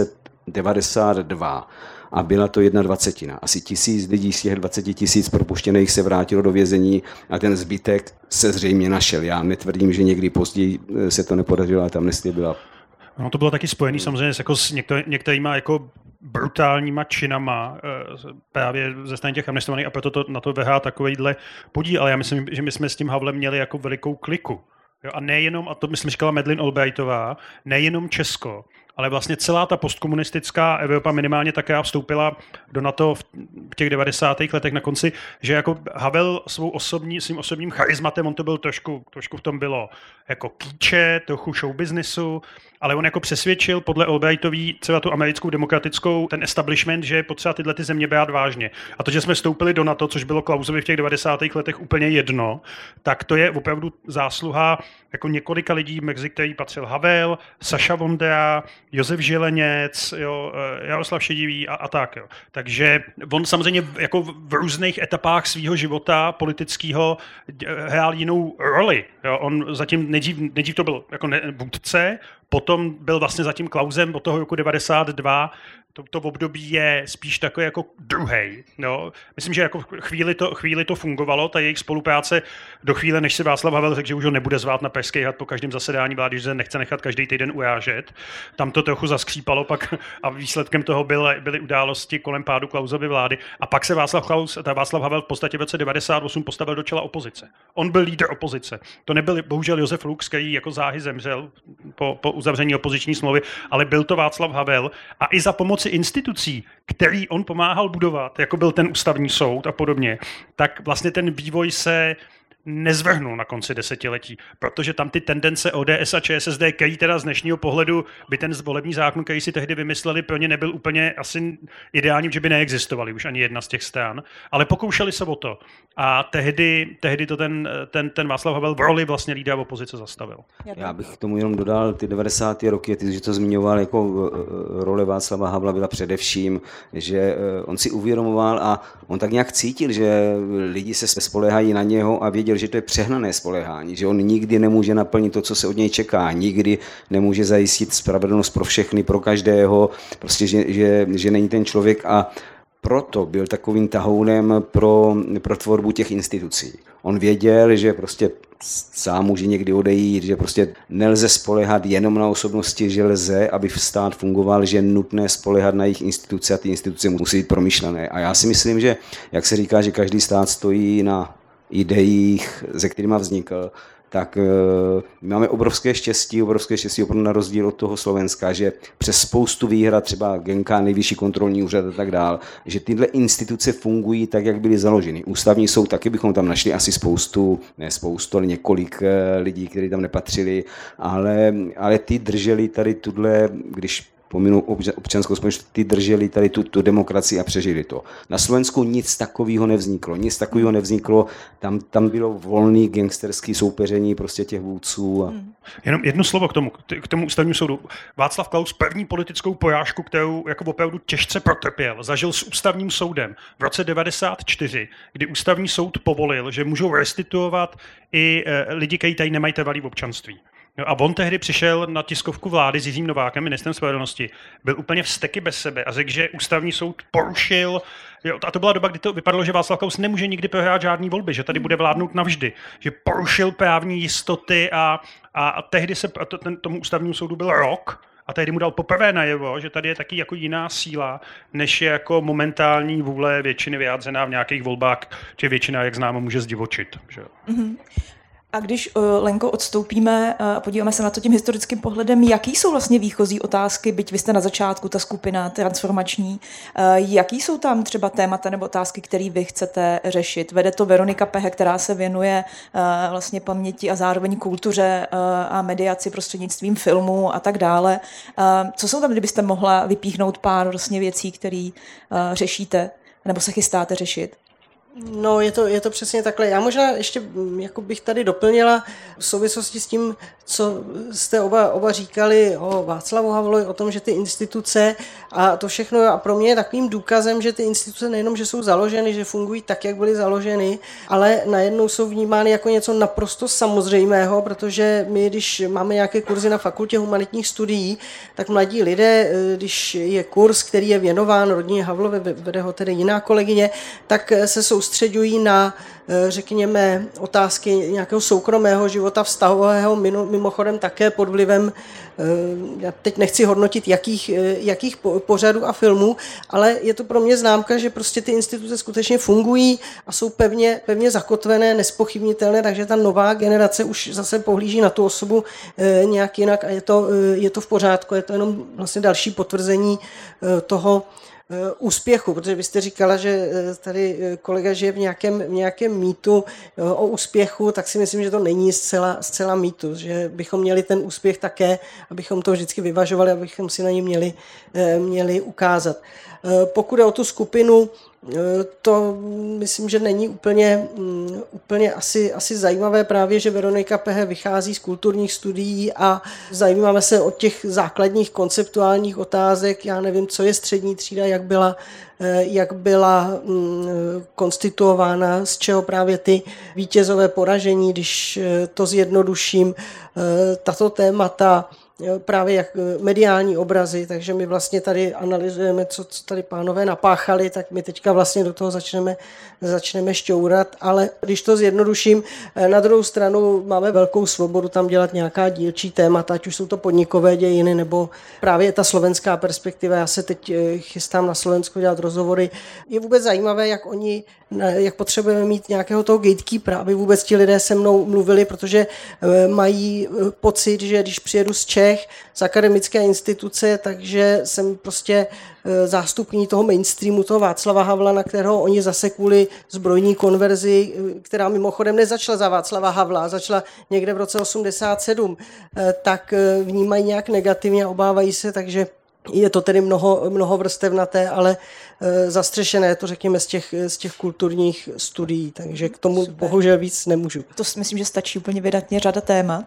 1992 a byla to 1/20. Asi 1000 lidí z těch 20 000 propuštěných se vrátilo do vězení a ten zbytek se zřejmě našel. Já netvrdím, že někdy později se to nepodařilo, ale ta amnestie byla. No, to bylo taky spojený samozřejmě jako s některýma jako brutálníma činama právě ze strany těch amnestovaných a proto to na to vrhá takovejhle podíl, ale já myslím, že my jsme s tím Havlem měli jako velikou kliku. Jo? A nejenom, a to myslím říkala Madeleine Albrightová, nejenom Česko, ale vlastně celá ta postkomunistická Evropa minimálně také vstoupila do NATO v těch 90. letech na konci, že jako Havel svým osobním charizmatem, on to byl trošku v tom bylo jako kýče, trochu showbiznisu, ale on jako přesvědčil podle Albrightový třeba tu americkou demokratickou, ten establishment, že je potřeba tyhle ty země brát vážně. A to, že jsme vstoupili do NATO, což bylo Klausovi v těch 90. letech úplně jedno, tak to je opravdu zásluha jako několika lidí, mezi který patřil Havel, Saša Vondra, Josef Žileněc, jo, Jaroslav Šedivý a tak. Jo. Takže on samozřejmě jako v různých etapách svého života politického hrál jinou roli. Jo. On zatím nejdřív to byl jako vůdce, potom byl vlastně za tím Klausem od toho roku 92. To období je spíš takový jako druhej. No. Myslím, že jako chvíli to fungovalo, ta jejich spolupráce do chvíle, než si Václav Havel řekl, že už ho nebude zvát na Pražský hrad po každém zasedání vlády, že se nechce nechat každý týden urážet. Tam to trochu zaskřípalo pak a výsledkem toho byly události kolem pádu Klausovy vlády. A pak se Václav Havel v podstatě v roce 98 postavil do čela opozice. On byl lídr opozice. To nebyl bohužel Josef Lux, který jako záhy zemřel po uzavření opoziční smlouvy, ale byl to Václav Havel a i za pomoci institucí, který on pomáhal budovat, jako byl ten ústavní soud a podobně, tak vlastně ten vývoj se nezvrhnul na konci desetiletí, protože tam ty tendence ODS a ČSSD, který teda z dnešního pohledu by ten volební zákon, který si tehdy vymysleli, pro ně nebyl úplně asi ideálním, že by neexistovaly už ani jedna z těch stran, ale pokoušeli se o to. A tehdy to ten Václav Havel v roli vlastně lídra opozice zastavil. Já bych k tomu jenom dodal ty 90. roky, ty, že to zmiňoval, jako role Václava Havla byla především, že on si uvědomoval a on tak nějak cítil, že lidi se spoléhají na něho a věděl, že to je přehnané spoléhání, že on nikdy nemůže naplnit to, co se od něj čeká, nikdy nemůže zajistit spravedlnost pro všechny, pro každého, prostě, že není ten člověk a proto byl takovým tahounem pro tvorbu těch institucí. On věděl, že prostě sám může někdy odejít, že prostě nelze spoléhat jenom na osobnosti, že lze, aby stát fungoval, že je nutné spoléhat na jejich instituce a ty instituce musí být promyšlené. A já si myslím, že, jak se říká, že každý stát stojí na ideích, ze kterými vznikl, tak máme obrovské štěstí opravdu na rozdíl od toho Slovenska, že přes spoustu výhrad, třeba Genka, nejvyšší kontrolní úřad a tak dál, že tyhle instituce fungují tak, jak byly založeny. Ústavní soud, taky bychom tam našli asi ale několik lidí, kteří tam nepatřili, ale ty drželi tady tuhle, když pominu občanskou společnost, ty drželi tady tu demokracii a přežili to. Na Slovensku nic takového nevzniklo, tam bylo volný gangsterský soupeření prostě těch vůdců. Jenom jedno slovo k tomu ústavnímu soudu. Václav Klaus první politickou porážku, kterou jako opravdu těžce protrpěl, zažil s ústavním soudem v roce 1994, kdy ústavní soud povolil, že můžou restituovat i lidi, kteří tady nemají trvalý občanství. No a on tehdy přišel na tiskovku vlády s Jiřím Novákem, ministrem spravedlnosti, byl úplně vzteky bez sebe a řekl, že ústavní soud porušil, a to byla doba, kdy to vypadalo, že Václav Klaus nemůže nikdy prohrát žádný volby, že tady bude vládnout navždy, že porušil právní jistoty a tehdy se tomu ústavnímu soudu byl rok, a tehdy mu dal poprvé najevo, že tady je taky jako jiná síla, než je jako momentální vůle většiny vyjádřená v nějakých volbách, že většina, jak známo, může zdivočit. Že? Mm-hmm. A když, Lenko, odstoupíme a podíváme se na to tím historickým pohledem, jaký jsou vlastně výchozí otázky, byť vy jste na začátku, ta skupina transformační, jaký jsou tam třeba témata nebo otázky, které vy chcete řešit? Vede to Veronika Pehe, která se věnuje vlastně paměti a zároveň kultuře a mediaci prostřednictvím filmu a tak dále. Co jsou tam, kdybyste mohla vypíchnout pár vlastně věcí, které řešíte nebo se chystáte řešit? No, je to přesně takhle. Já možná ještě jako bych tady doplnila v souvislosti s tím, co jste oba říkali o Václavu Havlovi, o tom, že ty instituce a to všechno, a pro mě je takovým důkazem, že ty instituce nejenom, že jsou založeny, že fungují tak, jak byly založeny, ale najednou jsou vnímány jako něco naprosto samozřejmého, protože my, když máme nějaké kurzy na fakultě humanitních studií, tak mladí lidé, když je kurz, který je věnován rodině Havlovi, vede ho tedy jiná kolegyně, tak se soustředují na, řekněme, otázky nějakého soukromého života, vztahového, mimochodem také pod vlivem, já teď nechci hodnotit, jakých pořadů a filmů, ale je to pro mě známka, že prostě ty instituce skutečně fungují a jsou pevně zakotvené, nespochybnitelné, takže ta nová generace už zase pohlíží na tu osobu nějak jinak a je to v pořádku, je to jenom vlastně další potvrzení toho úspěchu, protože vy jste říkala, že tady kolega žije v nějakém mýtu o úspěchu, tak si myslím, že to není zcela mýtus, že bychom měli ten úspěch také, abychom to vždycky vyvažovali, abychom si na ní měli ukázat. Pokud je o tu skupinu, to myslím, že není úplně asi zajímavé právě, že Veronika Pehe vychází z kulturních studií a zajímáme se od těch základních konceptuálních otázek, já nevím, co je střední třída, jak byla konstituována, z čeho právě ty vítězové poražení, když to zjednoduším, tato témata, právě jak mediální obrazy, takže my vlastně tady analyzujeme, co tady pánové napáchali, tak my teďka vlastně do toho začneme šťourat, ale když to zjednoduším, na druhou stranu máme velkou svobodu tam dělat nějaká dílčí témata, ať už jsou to podnikové dějiny, nebo právě ta slovenská perspektiva. Já se teď chystám na Slovensku dělat rozhovory. Je vůbec zajímavé, jak potřebujeme mít nějakého toho gatekeepera, aby vůbec ti lidé se mnou mluvili, protože mají pocit, že když přijedu z Čech, z akademické instituce, takže jsem prostě zástupní toho mainstreamu, toho Václava Havla, na kterého oni zase kvůli zbrojní konverzi, která mimochodem nezačala za Václava Havla, začala někde v roce 87, tak vnímají nějak negativně a obávají se, takže je to tedy mnoho vrstevnaté, ale zastřešené, to řekněme z těch kulturních studií, takže k tomu bohužel víc nemůžu. To si myslím, že stačí úplně vydatně řada témat.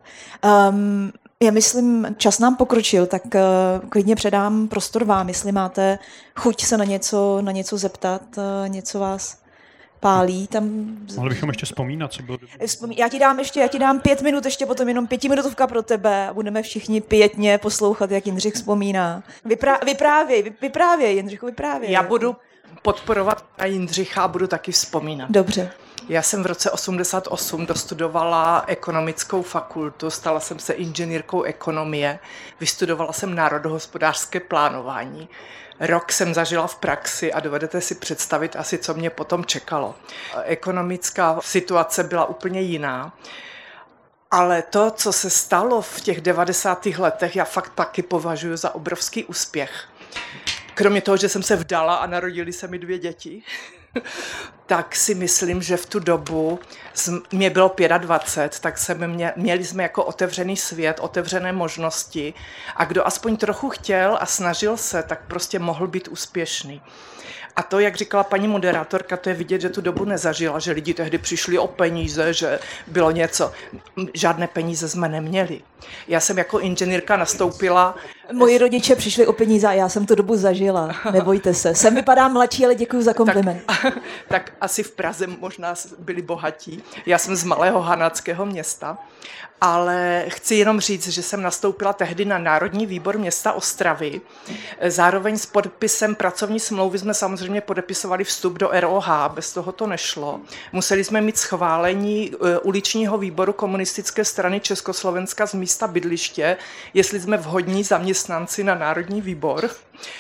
Já myslím, čas nám pokročil, tak klidně předám prostor vám, jestli máte chuť se na něco zeptat, něco vás pálí. Mohli bychom ještě vzpomínat, co bylo. Já ti dám 5 minut, ještě potom jenom 5minutovka pro tebe a budeme všichni pětně poslouchat, jak Jindřich vzpomíná. Vyprávěj, Jindřichu, vyprávěj. Já budu podporovat a Jindřicha a budu taky vzpomínat. Dobře. Já jsem v roce 88 dostudovala ekonomickou fakultu, stala jsem se inženýrkou ekonomie, vystudovala jsem národohospodářské plánování. Rok jsem zažila v praxi a dovedete si představit asi, co mě potom čekalo. Ekonomická situace byla úplně jiná, ale to, co se stalo v těch 90. letech, já fakt taky považuji za obrovský úspěch. Kromě toho, že jsem se vdala a narodily se mi 2 děti, tak si myslím, že v tu dobu mě bylo 25, tak měli jsme jako otevřený svět, otevřené možnosti a kdo aspoň trochu chtěl a snažil se, tak prostě mohl být úspěšný. A to, jak říkala paní moderátorka, to je vidět, že tu dobu nezažila, že lidi tehdy přišli o peníze, že bylo něco. Žádné peníze jsme neměli. Já jsem jako inženýrka nastoupila. Moji rodiče přišli o peníze a já jsem tu dobu zažila. Nebojte se. Sem vypadám mladší, ale děkuji za kompliment. Tak asi v Praze možná byli bohatí. Já jsem z malého hanackého města. Ale chci jenom říct, že jsem nastoupila tehdy na Národní výbor města Ostravy. Zároveň s podpisem pracovní smlouvy jsme samozřejmě podepisovali vstup do ROH, bez toho to nešlo. Museli jsme mít schválení uličního výboru komunistické strany Československa z místa bydliště, jestli jsme vhodní zaměstnanci na Národní výbor.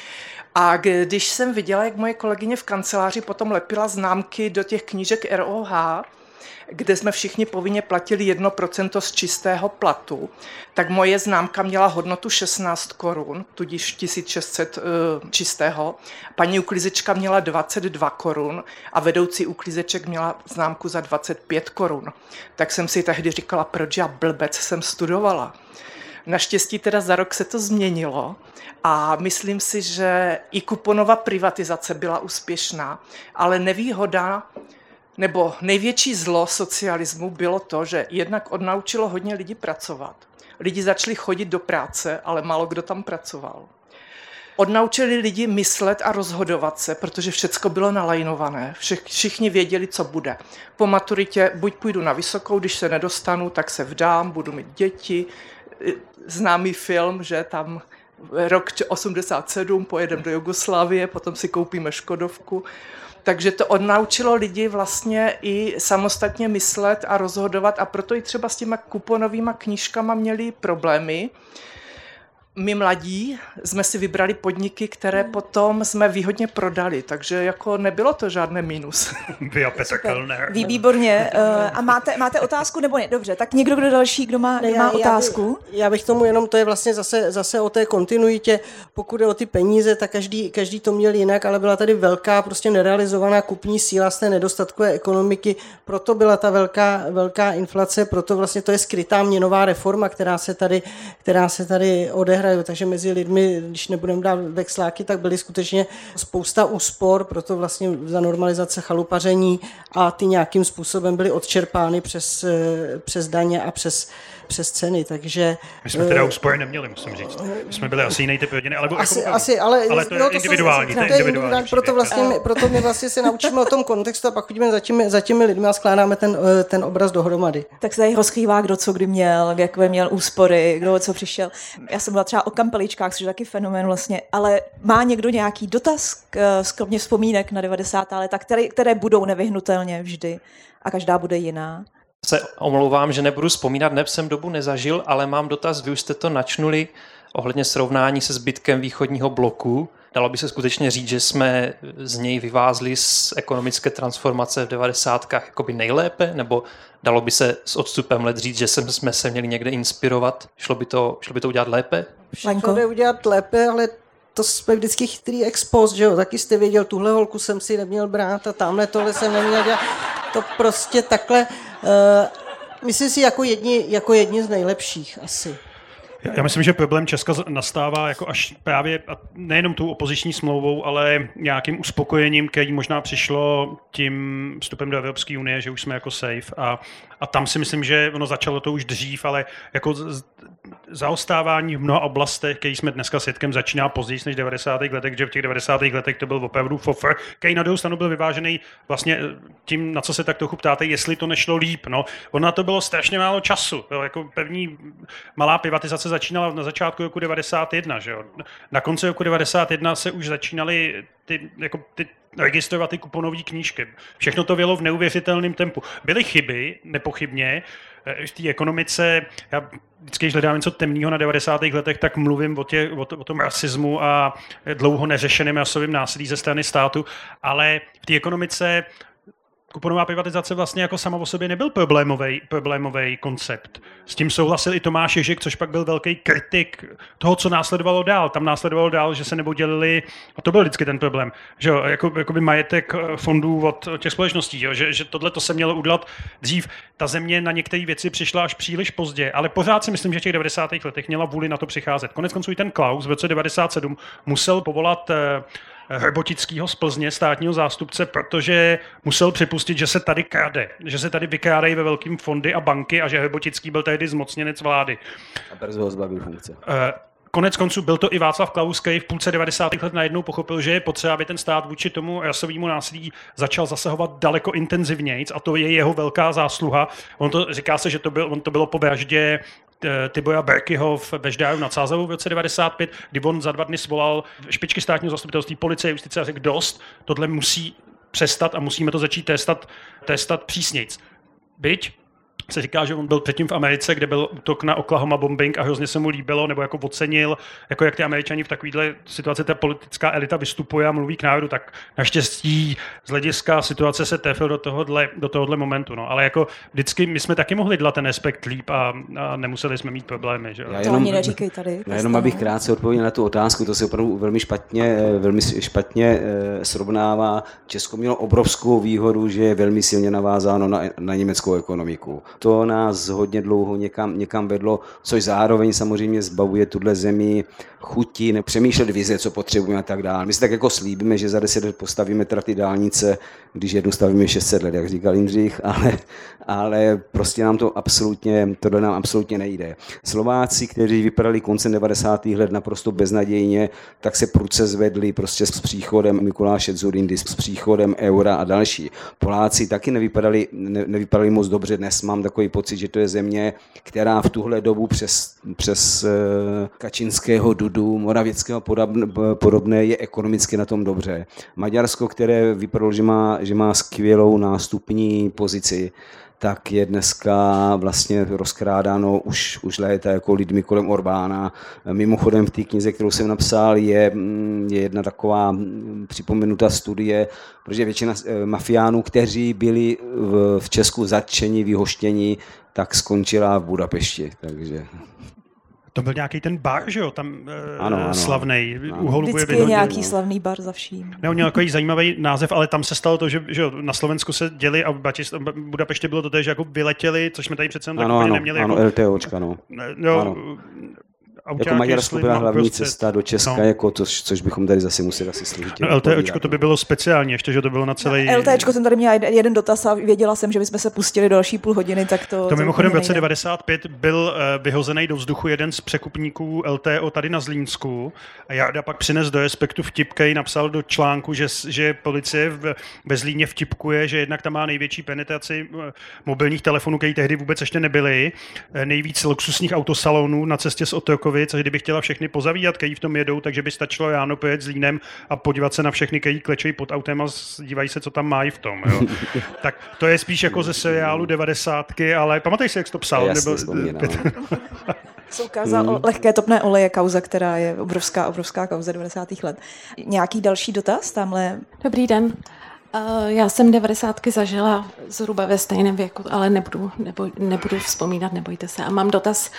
A když jsem viděla, jak moje kolegyně v kanceláři potom lepila známky do těch knížek ROH, kde jsme všichni povinně platili 1% z čistého platu, tak moje známka měla hodnotu 16 korun, tudíž 1600 čistého. Paní uklízečka měla 22 korun a vedoucí uklízeček měla známku za 25 korun. Tak jsem si tehdy říkala, proč já blbec jsem studovala. Naštěstí teda za rok se to změnilo a myslím si, že i kuponová privatizace byla úspěšná, ale nevýhoda nebo největší zlo socialismu bylo to, že jednak odnaučilo hodně lidí pracovat. Lidi začali chodit do práce, ale málo kdo tam pracoval. Odnaučili lidi myslet a rozhodovat se, protože všecko bylo nalajnované. Všichni věděli, co bude. Po maturitě buď půjdu na vysokou, když se nedostanu, tak se vdám, budu mít děti. Známý film, že tam rok 87 pojedeme do Jugoslávie, potom si koupíme Škodovku. Takže to odnaučilo lidi vlastně i samostatně myslet a rozhodovat a proto i třeba s těma kuponovýma knížkama měli problémy. My mladí jsme si vybrali podniky, které potom jsme výhodně prodali, takže jako nebylo to žádné mínus. Vy a Petr Kellner. Výborně. A máte otázku nebo ne? Dobře, tak někdo další, kdo má otázku? Já bych tomu jenom, to je vlastně zase o té kontinuitě, pokud je o ty peníze, tak každý to měl jinak, ale byla tady velká prostě nerealizovaná kupní síla z té nedostatkové ekonomiky, proto byla ta velká inflace, proto vlastně to je skrytá měnová reforma, která se tady odehraje. Takže mezi lidmi, když nebudeme dát vexláky, tak byly skutečně spousta úspor, proto vlastně za normalizace chalupaření a ty nějakým způsobem byly odčerpány přes daně a přes ceny, takže... My jsme teda úspory neměli, musím říct. My jsme byli asi jiný typ rodiny, ale to je individuální. Proto my vlastně se naučíme o tom kontextu a pak chodíme za těmi lidmi a skládáme ten obraz dohromady. Tak se tady rozkrývá, kdo co kdy měl, jak měl úspory, kdo co přišel. Já jsem byla třeba o kampeličkách, což je taky fenomén vlastně, ale má někdo nějaký dotaz, kromě vzpomínek na 90. léta, které budou nevyhnutelně vždy a každá bude jiná? Se omlouvám, že nebudu vzpomínat, neb jsem dobu nezažil, ale mám dotaz, vy už jste to načnuli ohledně srovnání se zbytkem východního bloku. Dalo by se skutečně říct, že jsme z něj vyvázli z ekonomické transformace v 90. jakoby nejlépe, nebo dalo by se s odstupem let říct, že jsme se měli někde inspirovat? Šlo by to udělat lépe? Šlo by udělat lépe, ale to jsme vždycky chytrý ex post, že jo? Taky jste věděl, tuhle holku jsem si neměl brát a tamhle tohle jsem neměl dělat. To prostě takhle, myslím si jako jedni z nejlepších asi. Já myslím, že problém Česka nastává jako až právě nejenom tou opoziční smlouvou, ale nějakým uspokojením, který možná přišlo tím vstupem do Evropské unie, že už jsme jako safe a tam si myslím, že ono začalo to už dřív, ale jako zaostávání v mnoha oblastech, který jsme dneska svědkem, začíná později než v 90. letech, že v těch 90. letech to byl opravdu fofr, který na druhou stranu byl vyvážený vlastně tím, na co se tak trochu ptáte, jestli to nešlo líp. No, ono na to bylo strašně málo času. Jo, jako první malá privatizace začínala na začátku roku 91, že jo. Na konci roku 91 se už začínaly ty registrovat ty kuponové knížky. Všechno to bylo v neuvěřitelném tempu. Byly chyby, nepochybně, v té ekonomice. Já vždycky, když hledám něco temného na 90. letech, tak mluvím o tom rasismu a dlouho neřešeném rasovém násilí ze strany státu, ale v té ekonomice Kuponová privatizace vlastně jako sama o sobě nebyl problémový koncept. S tím souhlasil i Tomáš Ježek, což pak byl velký kritik toho, co následovalo dál. Tam následovalo dál, že se nepodělili, a to byl vždycky ten problém, že jakoby majetek fondů od těch společností, jo, že tohle to se mělo udělat dřív. Ta země na některé věci přišla až příliš pozdě, ale pořád si myslím, že v těch 90. letech měla vůli na to přicházet. Koneckonců i ten Klaus v roce 97 musel povolat Hrbotickýho z Plzně, státního zástupce, protože musel připustit, že se tady krade, že se tady vykrádají ve velkým fondy a banky a že Hrbotický byl tehdy zmocněnec vlády. A brzo ho zbavil funkce. Konec konců byl to i Václav Klaus, který v půlce 90. let najednou pochopil, že je potřeba, aby ten stát vůči tomu rasovému násilí začal zasahovat daleko intenzivnějc a to je jeho velká zásluha. Říká se, že to bylo po vraždě Tibora Berkyho ve Ždáru nad Sázavou v roce 95, kdy on za 2 dny svolal špičky státního zastupitelství, policie, justice a řekl dost, tohle musí přestat a musíme to začít trestat přísnějc. Byť se říká, že on byl předtím v Americe, kde byl útok na Oklahoma bombing a hrozně se mu líbilo, nebo jako ocenil, jako jak ty Američani v takovéhle situaci ta politická elita vystupuje a mluví k národu, tak naštěstí z hlediska situace se trefil do tohohle momentu. No. Ale jako vždycky my jsme taky mohli dělat ten respekt líp a nemuseli jsme mít problémy. Že? To ani neříkej tady. Já jenom abych krátce odpověděl na tu otázku, to se opravdu velmi špatně srovnává. Česko mělo obrovskou výhodu, že je velmi silně navázáno na německou ekonomiku. To nás hodně dlouho někam vedlo, což zároveň samozřejmě zbavuje tuhle zemi chuti, nepřemýšlet vize, co potřebujeme a tak dále. My si tak jako slíbíme, že za 10 let postavíme teda ty dálnice, když jednu stavíme 600 let, jak říkal Jindřich, ale prostě tohle nám absolutně nejde. Slováci, kteří vypadali koncem 90. let naprosto beznadějně, tak se prudce zvedli prostě s příchodem Mikuláše Dzurindy, s příchodem eura a další. Poláci taky nevypadali moc dobře. Dnes mám takový pocit, že to je země, která v tuhle dobu přes Kačinského, Dudu, Moravěckého podobné je ekonomicky na tom dobře. Maďarsko, které vypadalo, že má skvělou nástupní pozici, tak je dneska vlastně rozkrádáno už léta jako lidmi kolem Orbána. Mimochodem v té knize, kterou jsem napsal, je jedna taková připomenutá studie, protože většina mafiánů, kteří byli v Česku zatčeni, vyhoštěni, tak skončila v Budapešti. Takže... To byl nějaký ten bar, že jo, tam ano, slavnej. Vždycky je nějaký slavný bar za vším. Ne, on měl takový zajímavý název, ale tam se stalo to, že na Slovensku se děli a v Budapeště bylo to, že jako vyletěli, což jsme tady přece neměli. Ano, jako, LTOčka, no. Ano. Jako Maďarsko byla hlavní cesta do Česka, jako což bychom tady zase museli asi složitě. No, LTOčko to by bylo speciální, ještě, že to bylo na celý... LTOčko jsem tady měla jeden dotaz a věděla jsem, že bychom se pustili do další půl hodiny, tak to mimochodem v roce 95 byl vyhozený do vzduchu jeden z překupníků LTO tady na Zlínsku a Jarda pak přines do Respektu vtip, který napsal do článku, že policie ve Zlíně vtipkuje, že jednak tam má největší penetraci mobilních telefonů, které tehdy vůbec ještě nebyly, nejvíc luxusních autosalonů na cestě z Otrokovic, což kdyby chtěla všechny pozavídat, který v tom jedou, takže by stačilo ráno pojet Zlínem a podívat se na všechny, který klečejí pod autem a dívají se, co tam mají v tom. Jo. Tak to je spíš jako ze seriálu 90, ale pamatuješ si, jak jsi to psal? Jasně, vzpomínám. Jsou kauza lehké topné oleje, kauza, která je obrovská kauza 90. let. Nějaký další dotaz tamhle? Dobrý den. Já jsem 90. zažila zhruba ve stejném věku, ale nebudu vzpomínat, nebojte se. A mám dotaz.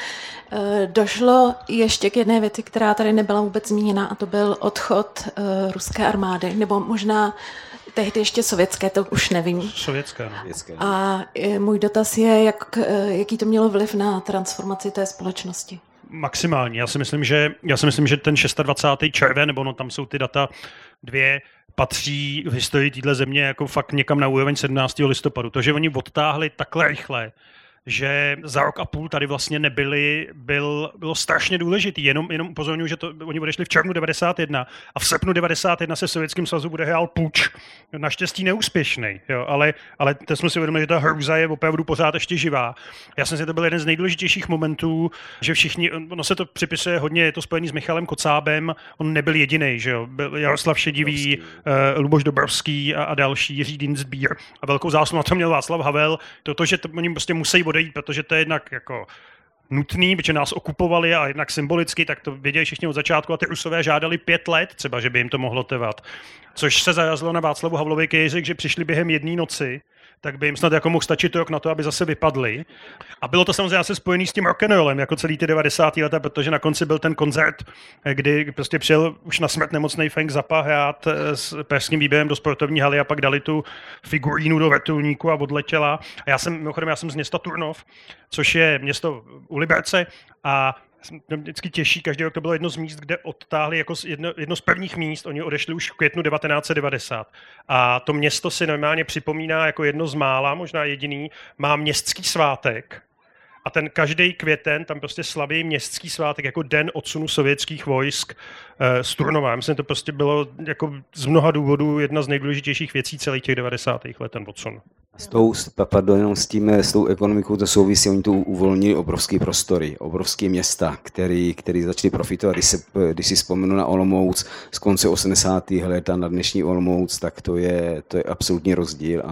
Došlo ještě k jedné věci, která tady nebyla vůbec zmíněna, a to byl odchod ruské armády, nebo možná tehdy ještě sovětské, to už nevím. Sovětské, no. A můj dotaz je, jaký to mělo vliv na transformaci té společnosti. Maximální. Já si myslím, že ten 26. červen, nebo no, tam jsou ty data 2, patří v historii téhle země jako fakt někam na úroveň 17. listopadu. To, že oni odtáhli takhle rychle, že za rok a půl tady vlastně nebyli, bylo strašně důležitý. Jenom upozorňuji, že oni odešli v červnu 91 a v srpnu 91 se v Sovětském svazu bude hrál puč. Naštěstí neúspěšný, jo, ale teď jsme si uvědomili, že ta hrůza je opravdu pořád ještě živá. Já jsem si, to byl jeden z nejdůležitějších momentů, že všichni, ono se to připisuje hodně, je to spojený s Michalem Kocábem, on nebyl jediný, že jo, byl Jaroslav Šedivý, Luboš Dobrovský a další, Jiří Dienstbier. A velkou zásluhu na to měl Václav Havel, že oni prostě musí odejít, protože to je jednak jako nutný, protože nás okupovali a jednak symbolicky, tak to věděli všichni od začátku a ty Rusové žádali 5 let třeba, že by jim to mohlo trvat. Což se zarazilo na Václavu Havlovi, který řekl, že přišli během jedné noci tak by jim snad jako mohl stačit rok na to, aby zase vypadli. A bylo to samozřejmě asi spojený s tím rock'n'rollem, jako celý ty 90. leta, protože na konci byl ten koncert, kdy prostě přijel už na smrt nemocnej Frank Zappa hrát s pražským výběrem do sportovní haly a pak dali tu figurínu do vrtulníku a odletěla. A já jsem z města Turnov, což je město u Liberce, a mě vždycky těší, každý rok to bylo jedno z míst, kde odtáhli jako jedno z prvních míst, oni odešli už v květnu 1990. A to město si normálně připomíná jako jedno z mála, možná jediný, má městský svátek. A ten každý květen tam prostě slaví městský svátek jako den odsunu sovětských vojsk z Turnova. Myslím, to prostě bylo jako z mnoha důvodů jedna z nejdůležitějších věcí celých těch 90. let, ten odsun. S tou ekonomikou to souvisí, oni tu uvolnili obrovské prostory, obrovské města, který začali profitovat. Když si vzpomenu na Olomouc z konce 80. let a na dnešní Olomouc, tak to je absolutní rozdíl.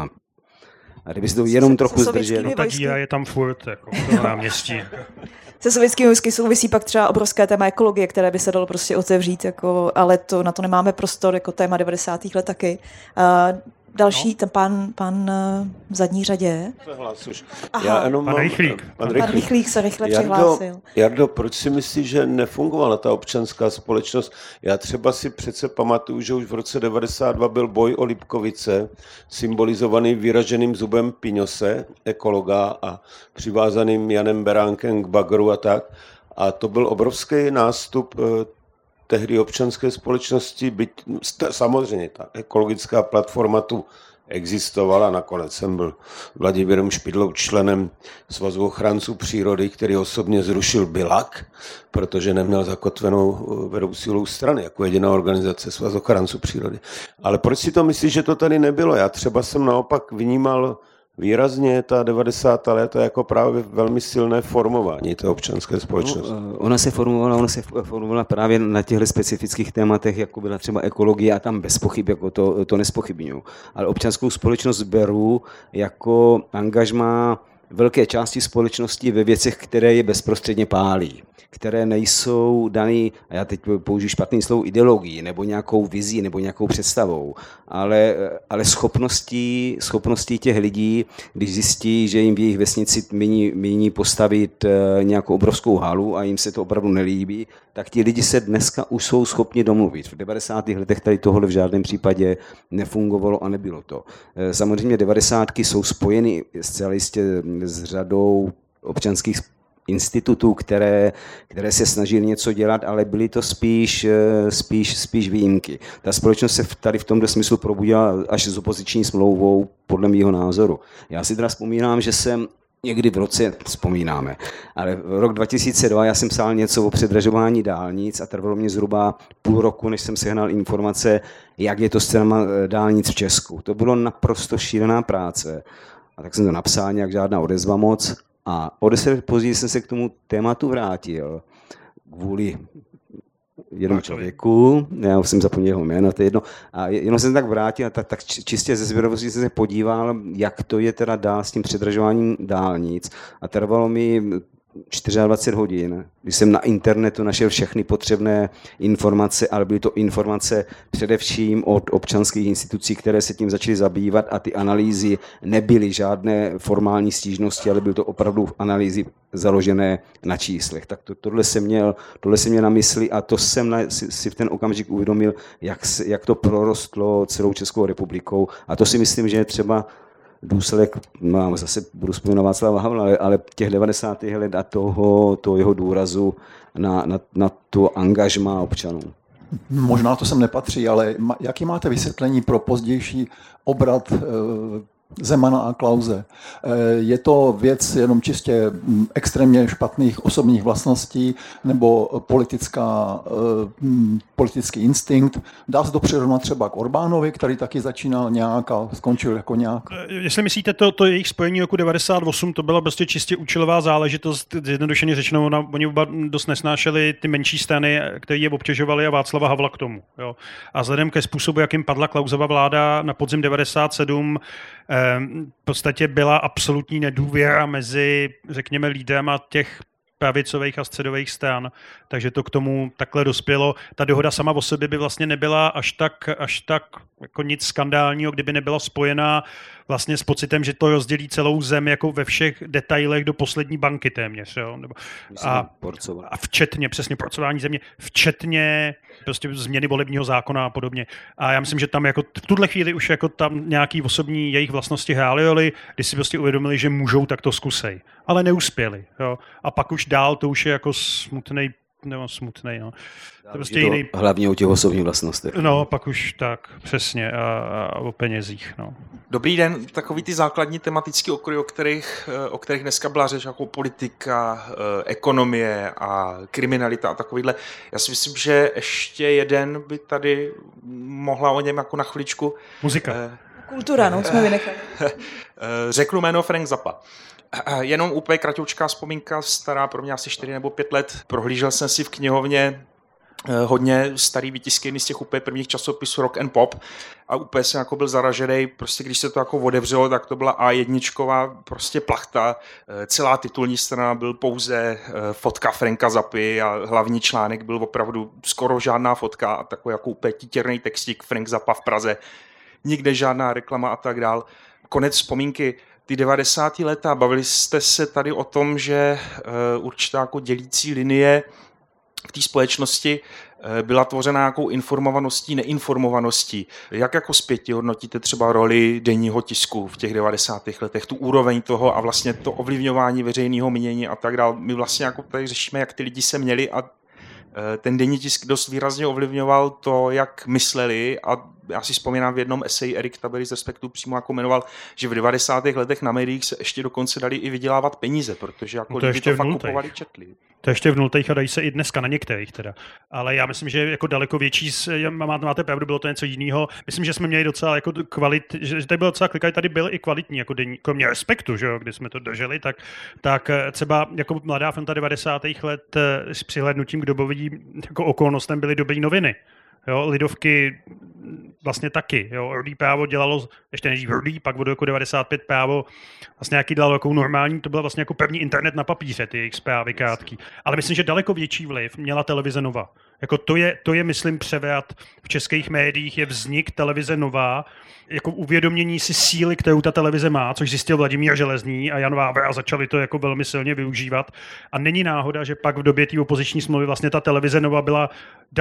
A kdyby se to jenom trochu zdrželi... Ta díra je tam furt, jako to náměstí. Se sovětskými vojsky souvisí pak třeba obrovské téma ekologie, které by se dalo prostě otevřít, jako, ale na to nemáme prostor, jako téma 90. let taky. Další, ten pán v zadní řadě. Já jenom pan Rychlík. Pan Rychlík se rychle přihlásil. Jardo, proč si myslíš, že nefungovala ta občanská společnost? Já třeba si přece pamatuju, že už v roce 92 byl boj o Lipkovice, symbolizovaný vyraženým zubem Piňose, ekologa, a přivázaným Janem Beránkem k bagru a tak. A to byl obrovský nástup tehdy občanské společnosti, byť samozřejmě ta ekologická platforma tu existovala, nakonec jsem byl Vladimírem Špidlou členem Svazu ochránců přírody, který osobně zrušil Bilak, protože neměl zakotvenou vedoucí strany, jako jediná organizace Svaz ochránců přírody. Ale proč si to myslíš, že to tady nebylo? Já třeba jsem naopak vnímal výrazně ta 90. léta jako právě velmi silné formování té občanské společnosti. Ona se formovala právě na těchto specifických tématech, jako byla třeba ekologie, a tam bez pochyb, jako to nespochybňuji. Ale občanskou společnost beru jako angažmá velké části společnosti ve věcech, které je bezprostředně pálí, které nejsou daný, a já teď použiju špatný slovo, ideologií, nebo nějakou vizí, nebo nějakou představou, ale schopností těch lidí, když zjistí, že jim v jejich vesnici míní postavit nějakou obrovskou halu a jim se to opravdu nelíbí, tak ti lidi se dneska už jsou schopni domluvit. V 90. letech tady tohle v žádném případě nefungovalo a nebylo to. Samozřejmě 90. jsou spojeny zcela jistě s řadou občanských institutů, které se snažili něco dělat, ale byly to spíš výjimky. Ta společnost se tady v tomto smyslu probudila až s opoziční smlouvou, podle mého názoru. Já si teda vzpomínám, že jsem někdy v roce, vzpomínáme, ale v rok 2002 já jsem psal něco o předražování dálnic a trvalo mě zhruba půl roku, než jsem sehnal informace, jak je to s cenama dálnic v Česku. To bylo naprosto šílená práce. A tak jsem to napsal, nějak žádná odezva moc. A o 10 let později jsem se k tomu tématu vrátil kvůli jednomu člověku, já už jsem zapomněl jeho jméno, to je jedno, a jenom jsem tak vrátil a tak čistě ze zvědavosti jsem se podíval, jak to je teda dál s tím předražováním dálnic, a trvalo mi 24 hodin, když jsem na internetu našel všechny potřebné informace, ale byly to informace především od občanských institucí, které se tím začaly zabývat, a ty analýzy nebyly žádné formální stížnosti, ale byly to opravdu analýzy založené na číslech. Tak tohle jsem měl na mysli, a to jsem si v ten okamžik uvědomil, jak to prorostlo celou Českou republikou, a to si myslím, že je třeba důsledek, zase budu vzpomínat Václava Havla, ale těch 90. let a toho jeho důrazu na to angažmá občanů. Možná to sem nepatří, ale jaký máte vysvětlení pro pozdější obrat Zemana a Klause? Je to věc jenom čistě extrémně špatných osobních vlastností nebo politický instinkt? Dá se to přirovnat třeba k Orbánovi, který taky začínal nějak a skončil jako nějak? Jestli myslíte to jejich spojení roku 98, to byla prostě čistě účelová záležitost, zjednodušeně řečeno, oni oba dost nesnášeli ty menší strany, které je obtěžovaly, a Václava Havla k tomu. Jo. A vzhledem ke způsobu, jakým padla Klausova vláda na podzim 97, v podstatě byla absolutní nedůvěra mezi, řekněme, lídrama těch pravicových a středových stran, takže to k tomu takhle dospělo. Ta dohoda sama o sobě by vlastně nebyla až tak jako nic skandálního, kdyby nebyla spojená vlastně s pocitem, že to rozdělí celou zem jako ve všech detailech do poslední banky téměř. Jo? A včetně, přesně porcování země, včetně prostě změny volebního zákona a podobně. A já myslím, že tam jako v tuhle chvíli už jako tam nějaký osobní jejich vlastnosti hrály roli, když si prostě uvědomili, že můžou, tak to zkusej. Ale neuspěli. Jo? A pak už dál to už je jako smutnej, no. To prostě jiný. Hlavně o těch osobních vlastnostech. No, pak už tak, přesně, a o penězích, no. Dobrý den, takový ty základní tematické okruhy, o kterých dneska byla řeč, jako politika, ekonomie a kriminalita a takovýhle. Já si myslím, že ještě jeden by tady mohla o něm jako na chviličku. Muzika. Kultura, no, jsme vynechali. Řeknu jméno Frank Zappa. Jenom úplně kratoučká vzpomínka, stará pro mě asi 4 nebo 5 let. Prohlížel jsem si v knihovně hodně starý výtisky z těch úplně prvních časopisů Rock and Pop a úplně jsem jako byl zaražený, prostě když se to jako otevřelo, tak to byla A1 prostě plachta, celá titulní strana byl pouze fotka Franka Zappy a hlavní článek byl opravdu skoro žádná fotka a takový jako úplně titěrný textík Frank Zappa v Praze, nikde žádná reklama a tak dál. Konec vzpomínky. Ty 90. leta, bavili jste se tady o tom, že určitá jako dělící linie v té společnosti byla tvořena nějakou informovaností, neinformovaností. Jak jako zpětně hodnotíte třeba roli denního tisku v těch 90. letech, tu úroveň toho a vlastně to ovlivňování veřejného mínění a tak dále. My vlastně jako tady řešíme, jak ty lidi se měli a ten denní tisk dost výrazně ovlivňoval to, jak mysleli a já si vzpomínám v jednom eseji Erik Tabery z Respektu přímo jako jmenoval, že v 90. letech na médiích se ještě dokonce dali i vydělávat peníze, protože jako lidi to fakt kupovali, četli. To ještě v nultých a dají se i dneska na některých teda. Ale já myslím, že jako daleko větší, máte pravdu, bylo to něco jiného. Myslím, že jsme měli docela jako že tady bylo docela klikaj, tady byl i kvalitní, jako denní, kromě Respektu, že jo, kdy jsme to drželi, tak třeba jako Mladá fronta 90. let s přihlédnutím k dobovým jako okolnostem byly dobrý noviny. Jo, Lidovky vlastně taky. Jo. Rudý právo dělalo, ještě než Rudý, pak od roku 95 právo vlastně nějaký dělalo jako normální, to byl vlastně jako první internet na papíře, ty jejich zprávy krátký. Ale myslím, že daleko větší vliv měla televize Nova. Jako to je, myslím, převrat v českých médiích, je vznik televize Nova, jako uvědomění si síly, kterou ta televize má, což zjistil Vladimír Železný a Jan Vávr a začali to jako velmi silně využívat. A není náhoda, že pak v době té opoziční smlouvy vlastně ta televize Nova byla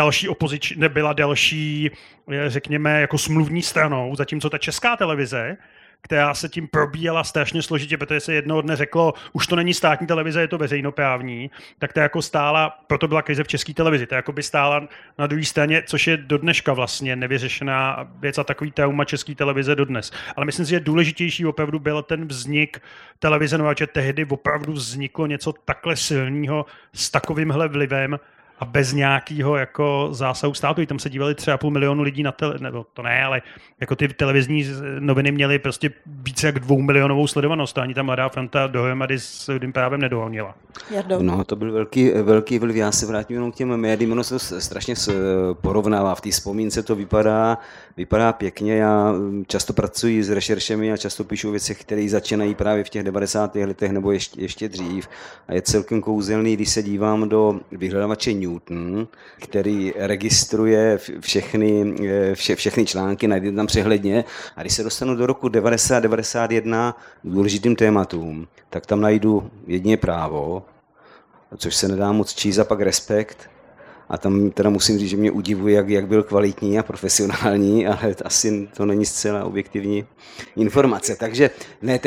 další, řekněme, jako smluvní stranou, zatímco ta česká televize, která se tím probíjela strašně složitě, protože se jednoho dne řeklo, už to není státní televize, je to veřejnoprávní, tak to jako stála, proto byla krize v české televizi, to jako by stála na druhé straně, což je do dneška vlastně nevyřešená věc a takový trauma české televize dodnes. Ale myslím si, že důležitější opravdu byl ten vznik televize Nova, že tehdy opravdu vzniklo něco takhle silného s takovýmhle vlivem, a bez nějakého jako zásahu státu. I tam se dívali 3,5 milionu lidí na nebo to ne, ale jako ty televizní noviny měly prostě více jak 2 milionovou sledovanost. Ani ta Mladá fronta dohromady s Rudým právem nedohonila. No, to byl velký vliv. Já se vrátím jenom k těm médiím. Ono se to strašně porovnává. V té vzpomínce to vypadá pěkně. Já často pracuji s rešeršemi a často píšu věci, které začínají právě v těch 90. letech nebo ještě dřív. A je celkem kouzelný, když se dívám do vyhledávače Newton, který registruje všechny články, najde tam přehledně. A když se dostanu do roku 90-91 důležitým tématům, tak tam najdu jedině právo, což se nedá moc číst, a pak Respekt. A tam teda musím říct, že mě udivuje, jak byl kvalitní a profesionální, ale asi to není zcela objektivní informace. Takže ne,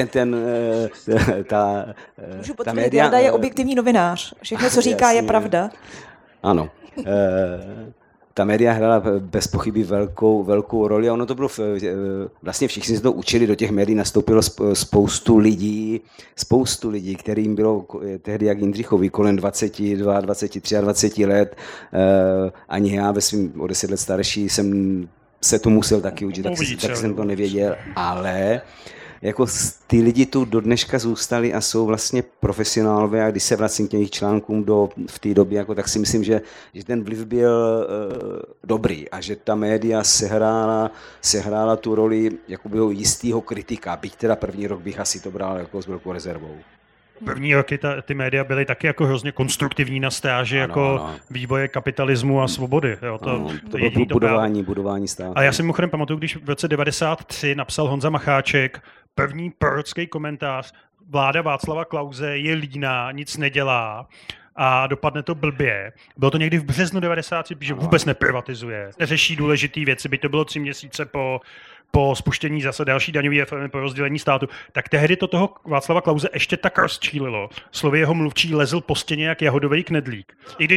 ta média... Jarda je objektivní novinář. Všechno, co říká, je pravda. Ano. Ta média hrála bez pochyby velkou roli a ono to bylo, vlastně všichni se to učili, do těch médií nastoupilo spoustu lidí, kterým bylo tehdy jak Jindřichovi kolem 22, 23 let, ani já ve svým o 10 let starší jsem se to musel taky učit, tak jsem to nevěděl, ale jako ty lidi tu do dneška zůstali a jsou vlastně profesionálové a když se vracím k těch článkům v té době, jako, tak si myslím, že ten vliv byl dobrý a že ta média sehrála tu roli jakoby jistého kritika, byť teda první rok bych asi to bral jako s velkou rezervou. První roky ty média byly taky jako hrozně konstruktivní na stáži jako vývoje kapitalismu a svobody. Jo, to bylo budování státu. A já si mimochodem pamatuju, když v roce 93 napsal Honza Macháček první prorocký komentář, vláda Václava Klause je líná, nic nedělá a dopadne to blbě. Bylo to někdy v březnu 93, že vůbec neprivatizuje, neřeší důležitý věci, by to bylo 3 měsíce po spuštění zase další daňové reformy, po rozdělení státu, tak tehdy to toho Václava Klause ještě tak rozčílilo. Slovy jeho mluvčí lezl po stěně jak jahodový knedlík.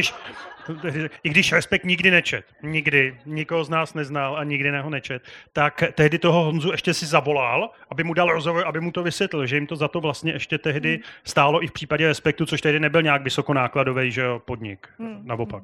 I když Respekt nikdy nečet, nikdy, nikoho z nás neznal a nikdy ho nečet, tak tehdy toho Honzu ještě si zavolal, aby mu dal rozhovor, aby mu to vysvětlil, že jim to za to vlastně ještě tehdy stálo i v případě Respektu, což tehdy nebyl nějak vysokonákladový, že jo, podnik, naopak.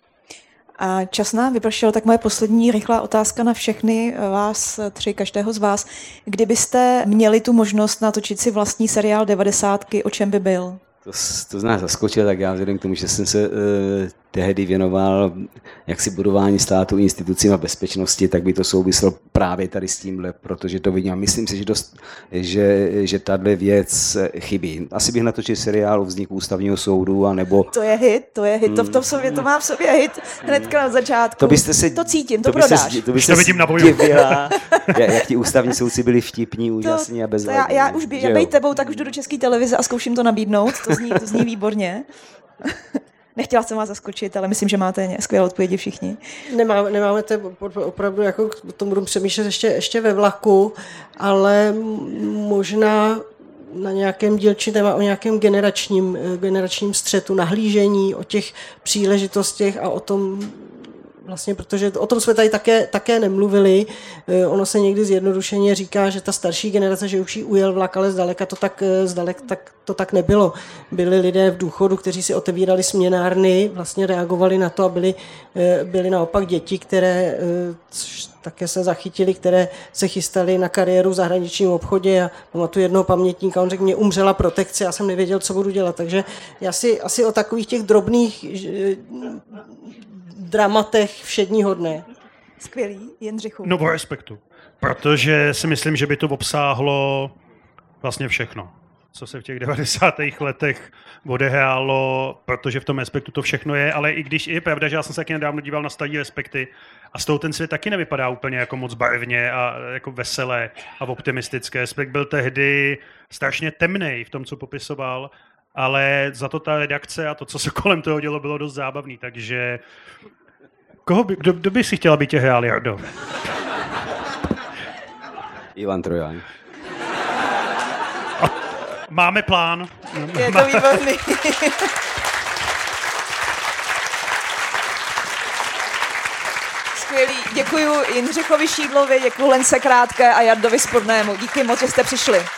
A čas nám vypršel, tak moje poslední rychlá otázka na všechny vás 3, každého z vás. Kdybyste měli tu možnost natočit si vlastní seriál 90, o čem by byl? To z nás zaskočil, tak já vzhledem k tomu, že jsem se tehdy věnoval jaksi budování státu, institucím a bezpečnosti, tak by to souviselo právě tady s tímhle, protože to vidím a myslím si, že tahle věc chybí. Asi bych natočil seriál o vzniku ústavního soudu, anebo... To je hit, to má v sobě hit hnedka na začátku. To cítím, to prodáš. To vidím na boju. Jak ti ústavní soudci byli vtipní, úžasní a bezvadní. Já už bejt tebou, tak už jdu do České televize a zkouším to nabídnout, to zní výborně. Nechtěla jsem vás zaskočit, ale myslím, že máte skvělé odpovědi všichni. Nemáme to opravdu, jako o tom budu přemýšlet ještě ve vlaku, ale možná na nějakém dílčím téma o nějakém generačním střetu, nahlížení, o těch příležitostech a o tom vlastně, protože o tom jsme tady také nemluvili. Ono se někdy zjednodušeně říká, že ta starší generace, že už jí ujel vlak, ale zdaleka to tak nebylo. Byli lidé v důchodu, kteří si otevírali směnárny, vlastně reagovali na to a byli naopak děti, které také se zachytili, které se chystaly na kariéru v zahraničním obchodě a pamatuju jednoho pamětníka, on řekl, mě umřela protekce, já jsem nevěděl, co budu dělat. Takže já si asi o takových těch drobných dramatech všedního dne. Skvělý, Jindřichu. No o Respektu, protože si myslím, že by to obsáhlo vlastně všechno, co se v těch 90. letech odehrálo, protože v tom Respektu to všechno je, ale i když je pravda, že já jsem se taky nedávno díval na starý Respekty a z toho ten svět taky nevypadá úplně jako moc barevně a jako veselé a optimistické. Respekt byl tehdy strašně temnej v tom, co popisoval, ale za to ta redakce a to, co se kolem toho dělo, bylo dost zábavný, takže kdo by si chtěla být tě hrál, Jardo? Ivan Trojan. Máme plán. Je to výborný. Skvělý. Děkuji Jindřichovi Šídlovi, děkuji Lence Krátké a Jardovi Spodnému. Díky moc, že jste přišli.